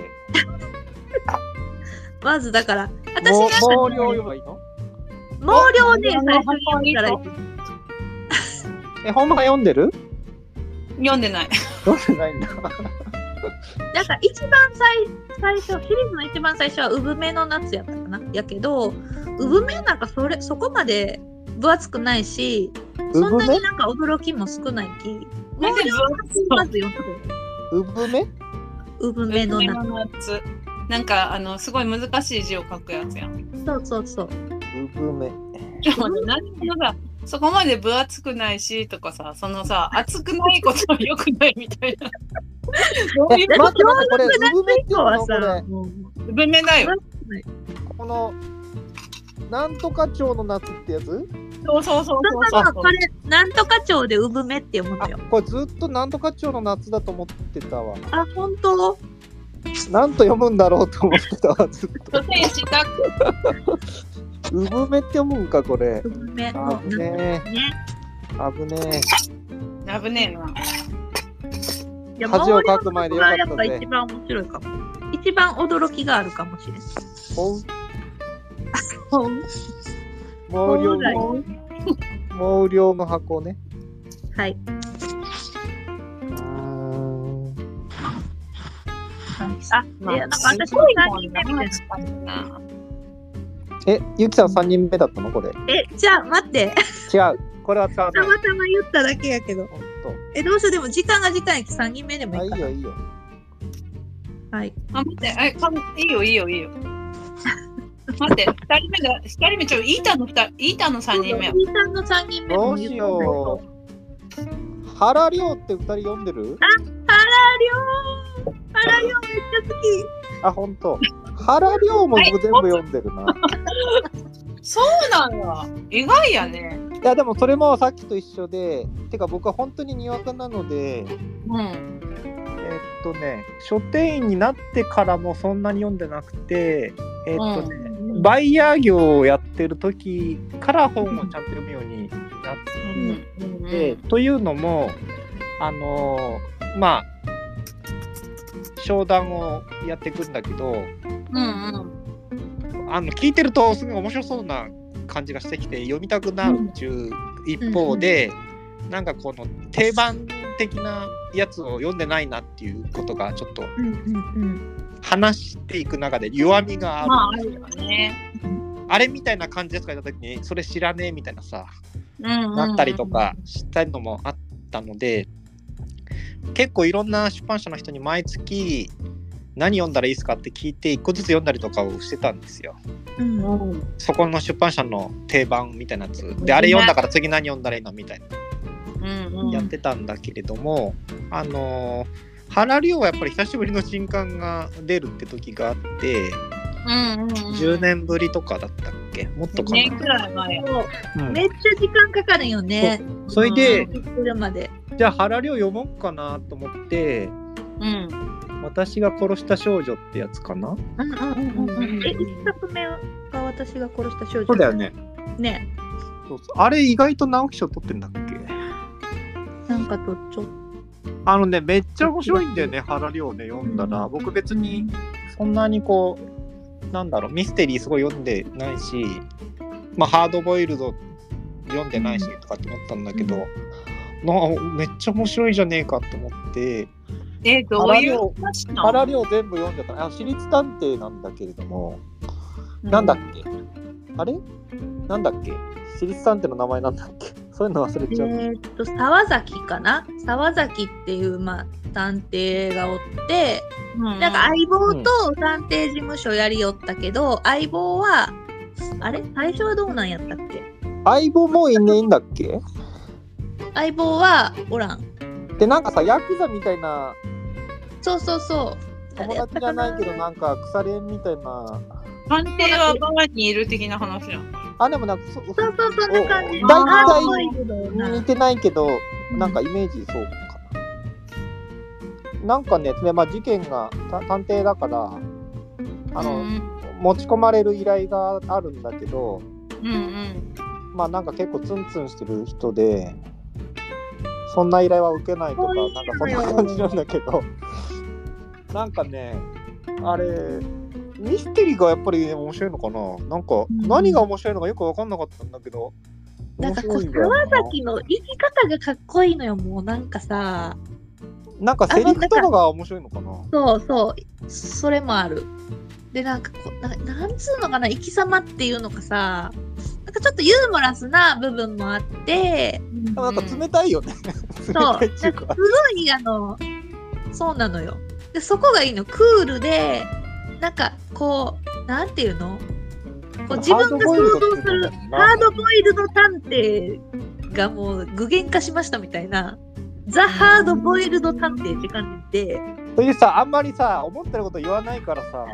まずだから私が毛量読めばいいの？ 毛量ね、最初に読んだらいい。 ほんま読んでる？ 読んでない。 読んでないんだ。 なんか一番最初、シリーズの一番最初は産めの夏やったかな。やけど、産めなんかそこまで分厚くないし、そんなになんか驚きも少ないき。毛量の夏まず読んでる。産めの夏。 なんかすごい難しい字を書くやつやん。 そう。 産め。 でもね、何もさ、そこまで分厚くないしとかさ、そのさ、厚くないことは良くないみたいな。 待ってこれ産めって言うの？これ産めだよ。 このなんとか町の夏ってやつ？ そう。 これなんとか町で産めって読むのよ。 これずっとなんとか町の夏だと思ってたわ。 あ、本当？ なんと読むんだろうと思ってたわ、ずっと。産めって読むんか、これ。 産め。 危ねえな。恥をかく前でよかったね。 やっぱ一番面白いかも。一番驚きがあるかもしれない。 毛量の箱ね。 はい。いや、なんか私も3人目みたいな。 ゆきさん3人目だったのこれ？ じゃあ待って。 違う。これは使わない。 たまたま言っただけやけど。どうしよう、でも時間が時間やき3人目でもいいかな。 いいよ。 はい。 待って、いいよ。待って、2人目イータの3人目。 イータの3人目も言ったんだけど。 どうしよう。原涼って2人読んでる？ 原涼めっちゃ好き。 あ、ほんと。原涼も僕全部読んでるな。 そうなんだ。意外やね。 いやでもそれもさっきと一緒で、てか僕は本当ににわかなので、書店員になってからもそんなに読んでなくて、バイヤー業をやってる時から本をちゃんと読むようになって、というのもまあ商談をやっていくんだけど、聞いてるとすごい面白そうな感じがしてきて読みたくなるっていう一方で、なんかこの定番的なやつを読んでないなっていうことがちょっと話していく中で弱みがある、あれみたいな感じですか言った時にそれ知らねえみたいなさ、なったりとかしたのもあったので、結構いろんな出版社の人に毎月何読んだらいいですかって聞いて1個ずつ読んだりとかをしてたんですよ、そこの出版社の定番みたいなやつで、あれ読んだから次何読んだらいいのみたいな、やってたんだけれども、原涼はやっぱり久しぶりの新刊が出るって時があって、10年ぶりとかだったっけ、もっとかな、 めっちゃ時間かかるよね。 それで、じゃあ原涼読もうかなと思って、私が殺した少女ってやつかな。 一作目が私が殺した少女。 そうだよね。そうあれ意外と直木賞取ってんだっけ。 なんかとちょっとめっちゃ面白いんだよね、原涼ね、読んだら。僕別にそんなにこうミステリーすごい読んでないし、ハードボイルド読んでないしとかって思ったんだけど、めっちゃ面白いじゃねえかと思って、 どういう原涼全部読んじゃった。私立探偵なんだけれども、なんだっけ、あれなんだっけ、私立探偵の名前なんだっけ、そういうの忘れちゃう。 沢崎かな、沢崎っていう、探偵がおって、なんか相棒と探偵事務所やりよったけど、相棒は、あれ最初はどうなんやったっけ。 相棒もいねえんだっけ。 相棒はおらん。 で、なんかさ、ヤクザみたいな、 そうそうそう。 友達じゃないけど、なんか腐れんみたいな。 探偵はバーにいる的な話なの。 あ、でもなんかそうそんな感じ。 大体似てないけど、なんかイメージそうかな。なんかね、事件が探偵だから、持ち込まれる依頼があるんだけど、なんか結構ツンツンしてる人で、そんな依頼は受けないとか、なんかそんな感じなんだけど、なんかね、あれ、ミステリーがやっぱり面白いのかな。なんか、何が面白いのかよく分かんなかったんだけど、 なんかこう、沢崎の生き方がかっこいいのよ、もうなんかさ。 なんかセリフとかが面白いのかな。 そうそう、それもある。で、なんかこう、なんつうのかな、生き様っていうのかさ、なんかちょっとユーモラスな部分もあって、 なんか冷たいよね。 そう、すごいそうなのよ。で、そこがいいの、クールで、なんかこう、なんていうの、こう自分が想像するハードボイルド探偵がもう具現化しましたみたいな、ザ・ハードボイルド探偵って感じで。 それでさ、あんまりさ、思ってること言わないからさ、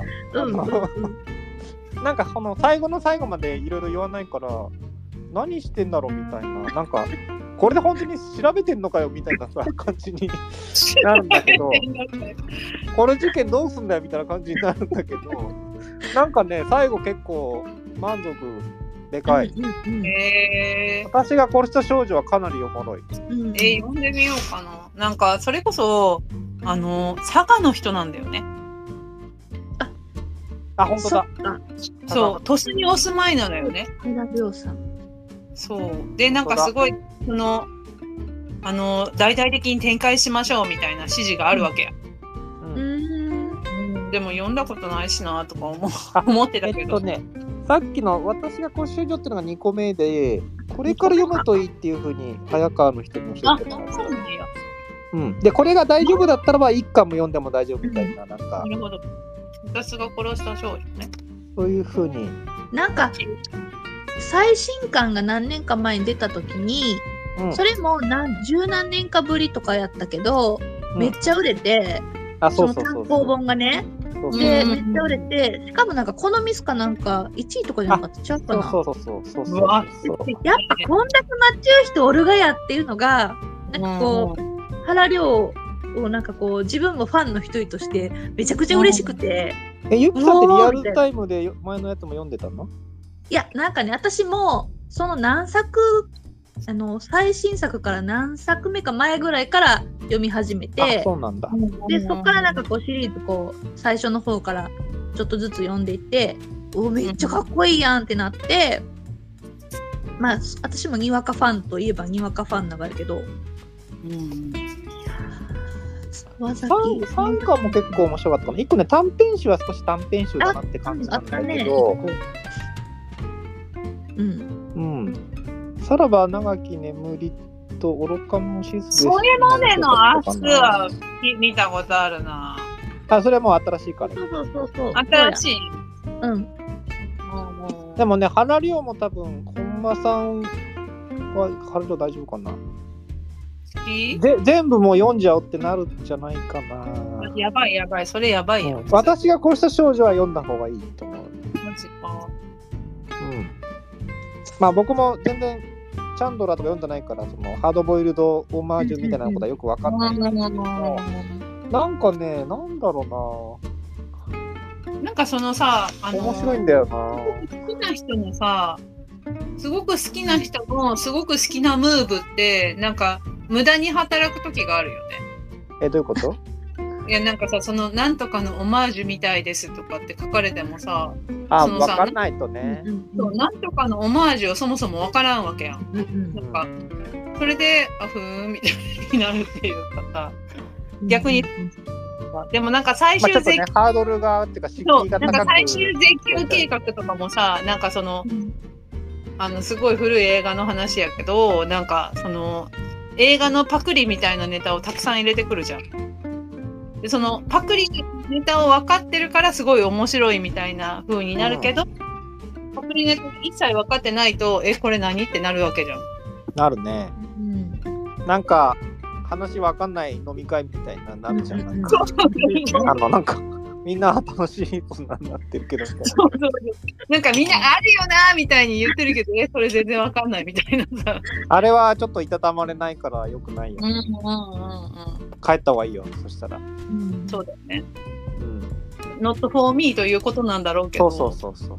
なんかこの最後の最後までいろいろ言わないから、何してんだろうみたいな、なんか、これで本当に調べてんのかよみたいなさ、感じになるんだけど、これ事件どうすんだよみたいな感じになるんだけど、なんかね、最後結構満足でかい。私が殺した少女はかなりおもろい。 読んでみようかな。なんかそれこそ佐賀の人なんだよね。 あ、本当だ。 そう、鳥栖にお住まいなのよね。そうで、なんかすごい大々的に展開しましょうみたいな指示があるわけや。でも読んだことないしなとか思ってたけど。 さっきの私が殺し少女っていうのが2個目で、これから読むといいっていうふうに早川の人に教えてもらった。で、これが大丈夫だったらば1巻も読んでも大丈夫みたいな、なんか。 なるほど。私が殺した少女ね。 そういうふうに。 なんか最新刊が何年か前に出た時に、それも十何年かぶりとかやったけど、めっちゃ売れて、その単行本がね。で、めっちゃ売れて、しかもなんかこのミスかなんか1位とかじゃなかった。違うかな。 そう。 やっぱこんだけなっちゃう人おるがやっていうのが、なんかこう、原涼をなんかこう自分もファンの一人としてめちゃくちゃ嬉しくて。 ゆきさんってリアルタイムで前のやつも読んでたの？ いや、なんかね、私もその何作、最新作から何作目か前ぐらいから読み始めて、 そうなんだ。 で、そこからなんかこうシリーズこう最初の方からちょっとずつ読んでいって、めっちゃかっこいいやんってなって、私もにわかファンといえばにわかファンなんだけど、 3巻も結構面白かったかな。1個ね、短編集は少し短編集だなって感じなんだけど、さらば長き眠りと愚か者シス。 それまでの明日は見たことあるな。 それはもう新しいから。 そう。 新しい。 でもね、原涼も多分、本間さんは原涼大丈夫かな。全部もう読んじゃおうってなるんじゃないかな。 やばい、それやばいよ。 私が殺した少女は読んだ方がいいと思う。 マジか。 僕も全然チャンドラーとか読んでないから、そのハードボイルドオマージュみたいなことはよくわかんないんだけども、なんかね、なんだろうな。なんかそのさ、 面白いんだよな。 好きな人のさ、すごく好きな人のすごく好きなムーブってなんか無駄に働く時があるよね。 どういうこと？ いや、なんかさ、そのなんとかのオマージュみたいですとかって書かれてもさ、 分かんないとね。 そう、なんとかのオマージュをそもそも分からんわけやん。なんかそれでふーんみたいになるっていうかさ、逆に。でもなんか最終税金、ハードルがっていうか敷居が高く、 なんか最終税金計画とかもさ、なんかそのすごい古い映画の話やけど、なんかその映画のパクリみたいなネタをたくさん入れてくるじゃん。でそのパクリネタを分かってるからすごい面白いみたいな風になるけど、パクリネタ一切分かってないとこれ何ってなるわけじゃん。 なるね。 うん、 なんか話わかんない飲み会みたいななるじゃん。なんかなんかみんな楽しいことになってるけど、 なんかみんなあるよなみたいに言ってるけど、それ全然わかんないみたいなさ。 あれはちょっといたたまれないからよくないよ。帰った方がいいよ。そしたら。 そうだよね。Not for me ということなんだろうけど。 そう。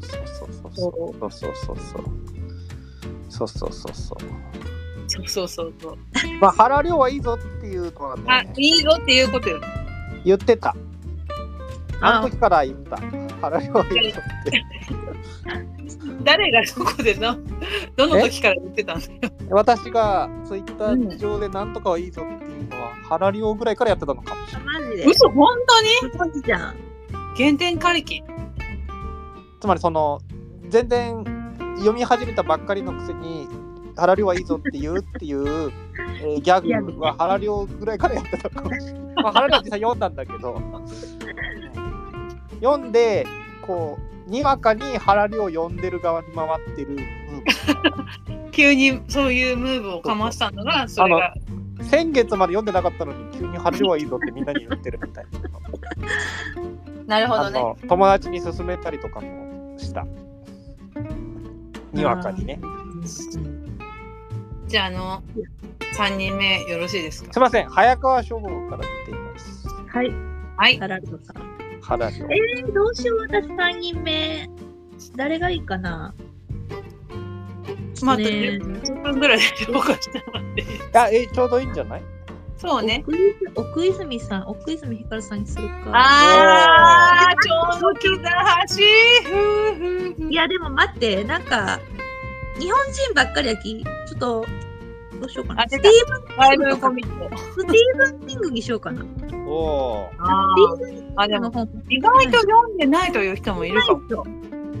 まあ腹量はいいぞっていうのはね。 いいぞっていうことよ。 言ってた。あの時から言った。腹量はいいぞって。 誰がどこでどの時から言ってたんだよ。 私がツイッター上でなんとかはいいぞっていうのは腹量ぐらいからやってたのかもしれない。 マジで？ 嘘、本当に？ マジじゃん。 原点回帰。 つまりその全然読み始めたばっかりのくせに腹量はいいぞって言うっていう、ギャグは腹量ぐらいからやってたかもしれない。まあ、腹量は実際読んだんだけど読んでこうにわかに腹量を読んでる側に回ってる急にそういうムーブをかましたのがそれが先月まで読んでなかったのに急に腹量はいいぞってみんなに言ってるみたいな。なるほどね。 友達に勧めたりとかもしたにわかにね。 じゃあ3人目よろしいですか？ すいません、早川書房から見ています。 はいはい。 腹量さん。 腹量。 どうしよう、私3人目誰がいいかな。 まあ10分ぐらいで紹介してもらっていい？ ちょうどいいんじゃない？ そうね。 奥泉さん、奥泉ひかるさんにするか。 ちょうど来た橋。 いやでも待って、なんか日本人ばっかりやき、ちょっとどうしようかな。スティーブン・キングにしようかな。 おー。 でも意外と読んでないという人もいるかも。 読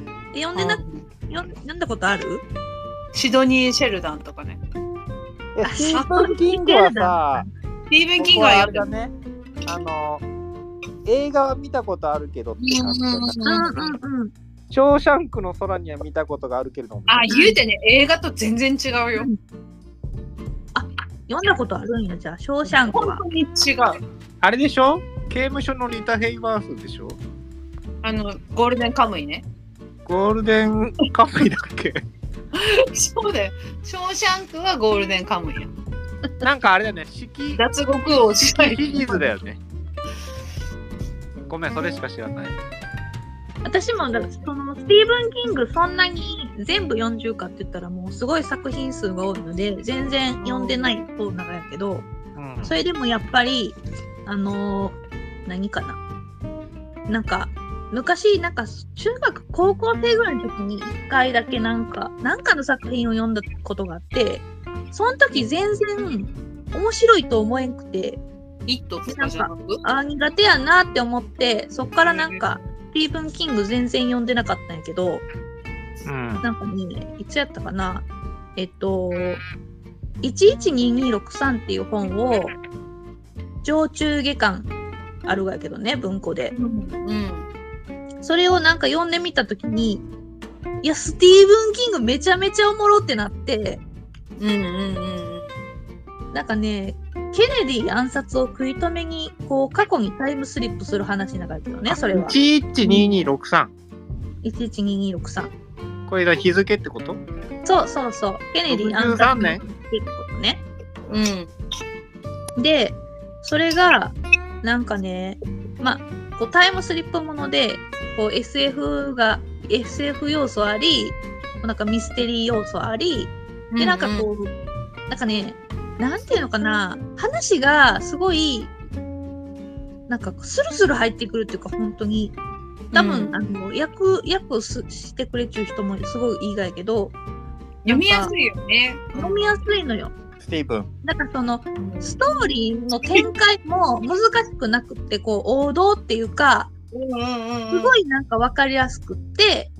んだことある？ シドニー・シェルダンとかね。 スティーブン・キングはさ、 スティーブン・キングはやったね。映画は見たことあるけどって感じだな。ショーシャンクの空には見たことがあるけれども。 言うてね、映画と全然違うよ。 読んだことあるんや。じゃあショーシャンクは本当に違う。 あれでしょ？刑務所のリタ・ヘイバースでしょ？ ゴールデンカムイね。 ゴールデンカムイだっけ？ そうだよ。ショーシャンクはゴールデンカムイや。 なんかあれだよね。 脱獄王時代シリーズだよね。ごめん、それしか知らない。 私もそのスティーブン・キングそんなに全部40かって言ったらもうすごい作品数が多いので全然読んでない方なんやけど、それでもやっぱり何かな、なんか昔なんか中学高校生ぐらいの時に1回だけなんかの作品を読んだことがあって、その時全然面白いと思えんくて、 イットとかじゃなく苦手やなって思って、そっからなんかスティーブン・キング全然読んでなかったんやけど、なんかね、いつやったかな、112263っていう本を上中下巻あるがやけどね、文庫で、それをなんか読んでみたときに、いやスティーブン・キングめちゃめちゃおもろってなって、なんかね、ケネディ暗殺を食い止めにこう過去にタイムスリップする話なんだけどね、それは。 112263。 112263。 これが日付ってこと？ そう。ケネディ暗殺ってことね。で、それがなんかね、こうタイムスリップもので、こう SF 要素あり、なんかミステリー要素あり、でなんかこう、なんかね、なんていうのかな、話がすごいなんかスルスル入ってくるっていうか、本当に多分、訳してくれちゅう人もすごいいいがやけど、 読みやすいよね。 読みやすいのよ。 スティーブン。 だからそのストーリーの展開も難しくなくって、こう王道っていうか、すごいなんか分かりやすくって、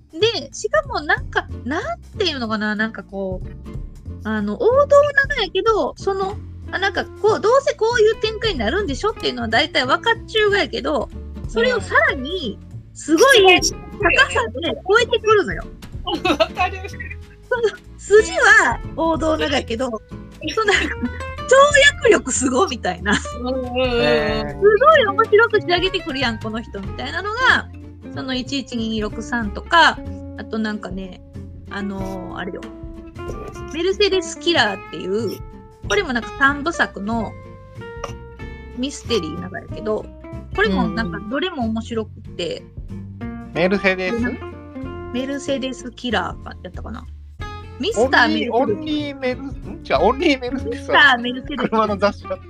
で、しかもなんていうのかな、なんかこう、王道なのやけど、なんかこう、どうせこういう展開になるんでしょっていうのは大体分かっちゅうがやけど、それをさらに、すごい高さで超えてくるのよ。 わかる。 筋は王道なんだけど、跳躍力すごいみたいな。すごい面白く仕上げてくるやん、この人みたいなのが、その112263とか、あとなんかね、あれよ、メルセデスキラーっていう、これもなんか3部作のミステリーなんだけど、これもなんかどれも面白くて、 メルセデスキラーやったかな。ミスターメルセデス。 オンリーメルセデス。 ミスターメルセデス。 車の雑誌だった。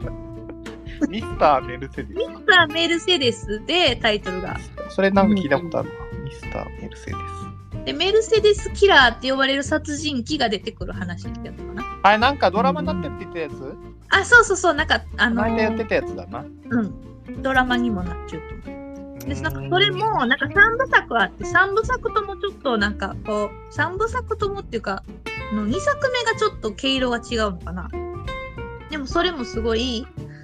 ミスターメルセデス。 ミスターメルセデスでタイトルが。 それなんか聞いたことあるな。ミスターメルセデス。 で、メルセデスキラーって呼ばれる殺人鬼が出てくる話ってやつかな。 あれなんかドラマになってるって言ったやつ？ あ、そう、なんか前でやってたやつだな。 うん。ドラマにもなっちゃうと思う。で、なんかそれもなんか3部作あって、3部作ともちょっとなんかこう、3部作ともっていうか、2作目がちょっと毛色が違うのかな。でもそれもすごい、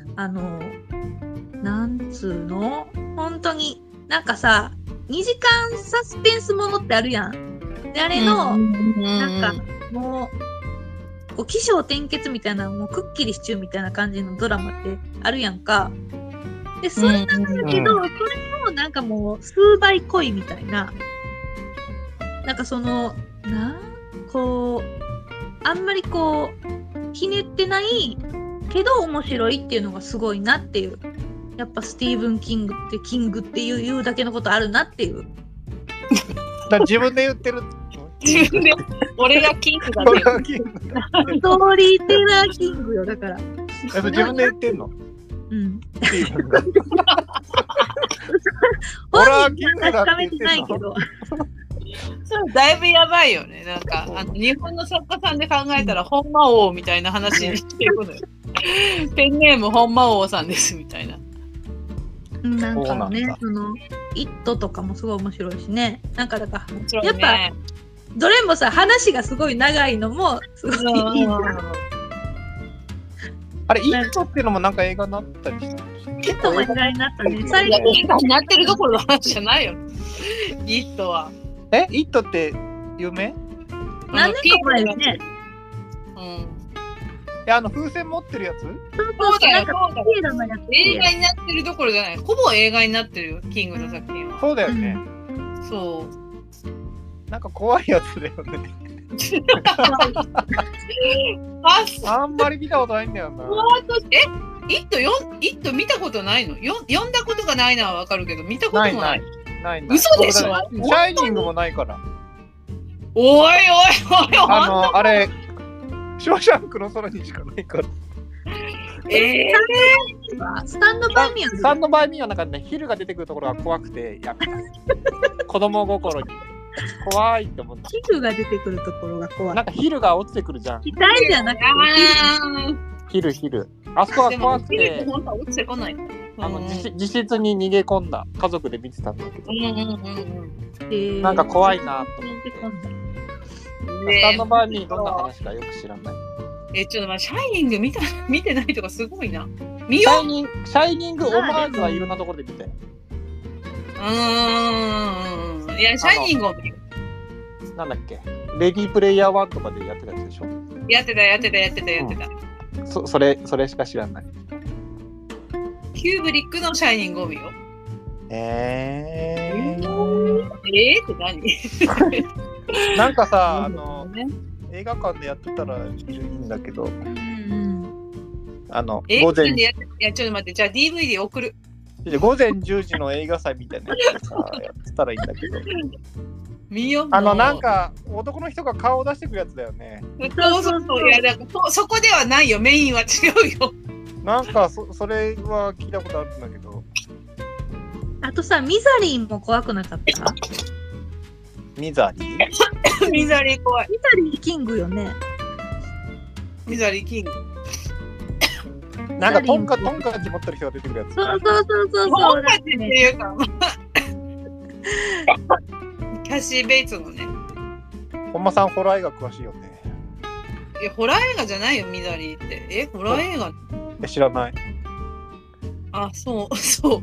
なんつうの？本当に、なんかさ、2時間サスペンスものってあるやん。で、あれの、なんかもう、こう起承転結みたいな、もうくっきりしちゅうみたいな感じのドラマってあるやんか。で、それなんだけど、それもなんかもう数倍濃いみたいな。なんかこう、あんまりこう、ひねってないけど面白いっていうのがすごいなっていう。やっぱスティーブン・キングって言うだけのことあるなっていう。 自分で言ってる。 自分で、俺がキングだね。 ストーリーテラーキングよ、だから。 自分で言ってんの？ うん。 俺はキングだって言ってんないけど。 それだいぶやばいよね。なんか日本の作家さんで考えたら本間王みたいな話にしていくのよ。ペンネーム本間王さんですみたいな。 なんかね、イットとかもすごい面白いしね。なんかだから、やっぱどれもさ、話がすごい長いのもすごいいいな。 あれ、イットっていうのもなんか映画になったりして。 イットも映画になったね。 最近映画になってるどころの話じゃないよ。イットは。 イットって有名？ 何年か前よね。 風船持ってるやつ？ そうだよ。映画になってるどころじゃない。ほぼ映画になってるよ、キングの作品は。 そうだよね。 そう。 なんか怖いやつだよね。あんまり見たことないんだよな。 イット見たことないの？読んだことがないのはわかるけど、見たこともない。 ない。 嘘でしょ？ シャイニングもないから。 おい。 あれ、ショーシャンクの空にしかないから。 スタンドバイミーはスタンドバイミーはなんかね、ヒルが出てくるところが怖くて、やめた。子供心に。怖いって思った。 ヒルが出てくるところが怖い。 なんかヒルが落ちてくるじゃん。 痛いじゃなくてヒル。あそこは怖くて、 本当は落ちてこない。 自室に逃げ込んだ。家族で見てたんだけど。なんか怖いなと思って。スタンドバイミーどんな話かよく知らない。 ちょっとシャイニング見てないとかすごいな。 シャイニングオマージュはいろんなところで見て。 いや、シャイニングを見る。 なんだっけ、レディープレイヤー1とかでやってたやつでしょ。 やってた。 それしか知らない。 キューブリックのシャイニングを見よ。 って何？ なんかさ、映画館でやってたらいいんだけど、午前いや、ちょっと待って、じゃあ DVD 送る。 午前10時の映画祭みたいなやつさ、やってたらいいんだけど。 見よう。 なんか男の人が顔を出してくるやつだよね。 そう。いや、だからそこではないよ。メインは違うよ。 なんかそれは聞いたことあるんだけど。 あとさ、ミザリンも怖くなかった？ ミザリー？ ミザリー怖い。 ミザリーキングよね。 ミザリーキング。 なんかトンカチ持ってる人が出てくるやつ。 そう。 トンカチっていうか、 キャシー・ベイツのね。 本間さんホラー映画詳しいよね。 ホラー映画じゃないよ、ミザリーって。ホラー映画？ 知らない。 あ、そう、そう。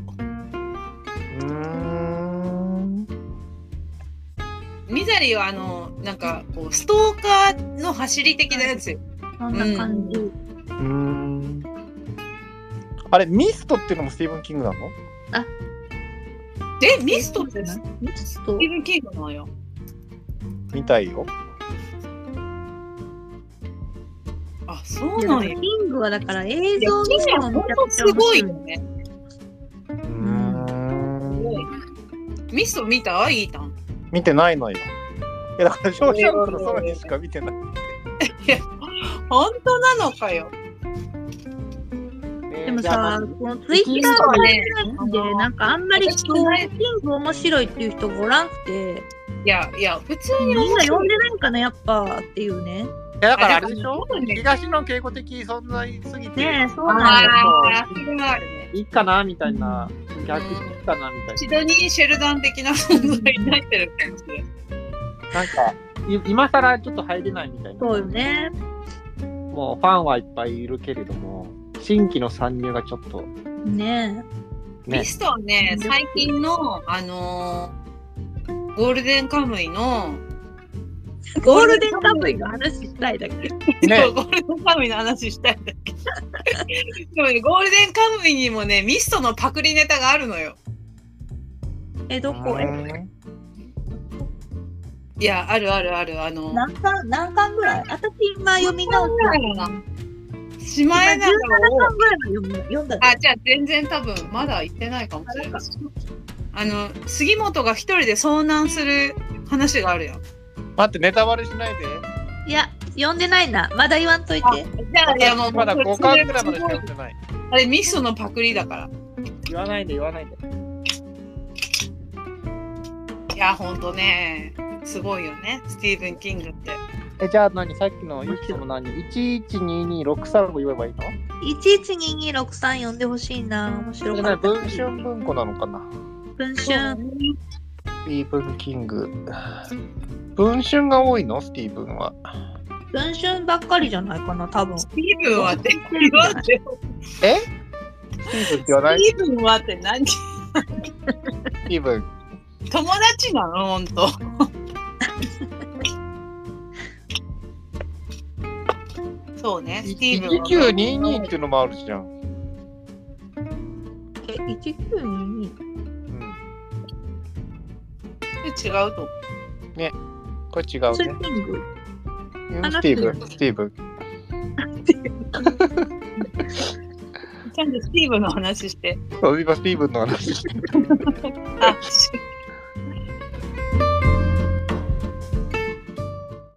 ミザリーはなんかこうストーカーの走り的なやつよ。 そんな感じ。 あれミストっていうのもスティーブン・キングなの？ ミストってミスト？ スティーブン・キングなのよ。 みたいよ。 あ、そうなんや。 キングはだから映像見てもめちゃくちゃすごいよね。ミスト見た？イータン。 見てないのよ。いやだからショーシャンクの空にしか見てない。 いや、本当なのかよ。 でもさ、このツイッターでなんかあんまりキング面白いっていう人がおらんくて、 いや普通にみんな読んでないんかなやっぱっていうね。 いやだからあれでしょ？東の敬語的存在すぎて。 ねえ、そうなんだよ。 いいかなみたいな、逆にいいかなみたいな。 シドニー・シェルダン的な存在になってるかもしれない。 なんか今更ちょっと入れないみたいな。 そうよね。 もうファンはいっぱいいるけれども、新規の参入がちょっと。 ねえ。ミストはね、最近のゴールデンカムイのゴールデンカムイの話したいだけ。 ね、ゴールデンカムイの話したいだけ。でもね、ゴールデンカムイにもね、ミストのパクリネタがあるのよ。 どこへ？ いや、ある。 何巻ぐらい？私今読み直したの。 シマエナガを。 17巻ぐらい読んだ。 じゃあ全然多分まだ行ってないかもしれない。杉本が一人で遭難する話があるよ。 待って、ネタバレしないで。 いや、読んでないな。まだ言わんといて。 じゃあ、いやもうまだ5巻ぐらいまでしか読んでない。 あれ、ミストのパクリだから。 言わないで。いや、ほんとね、すごいよね、スティーブン・キングって。 じゃあさっきのユキソの112263を言えばいいの？ 112263読んでほしいな。面白かった。 文春文庫なのかな？ 文春。 スティーブン・キング。文春が多いの？スティーブンは。 文春ばっかりじゃないかな、多分。 スティーブンはって言わんでよ。 スティーブンって言わない？ スティーブンはって何？ スティーブン。 友達なの？ほんと。そうね、スティーブン。 1922っていうのもあるじゃん。 1922？ 違うと。 ね、これ違うね。 スティーブン。 スティーブン。 ちゃんとスティーブンの話して。 そう、今スティーブンの話してる。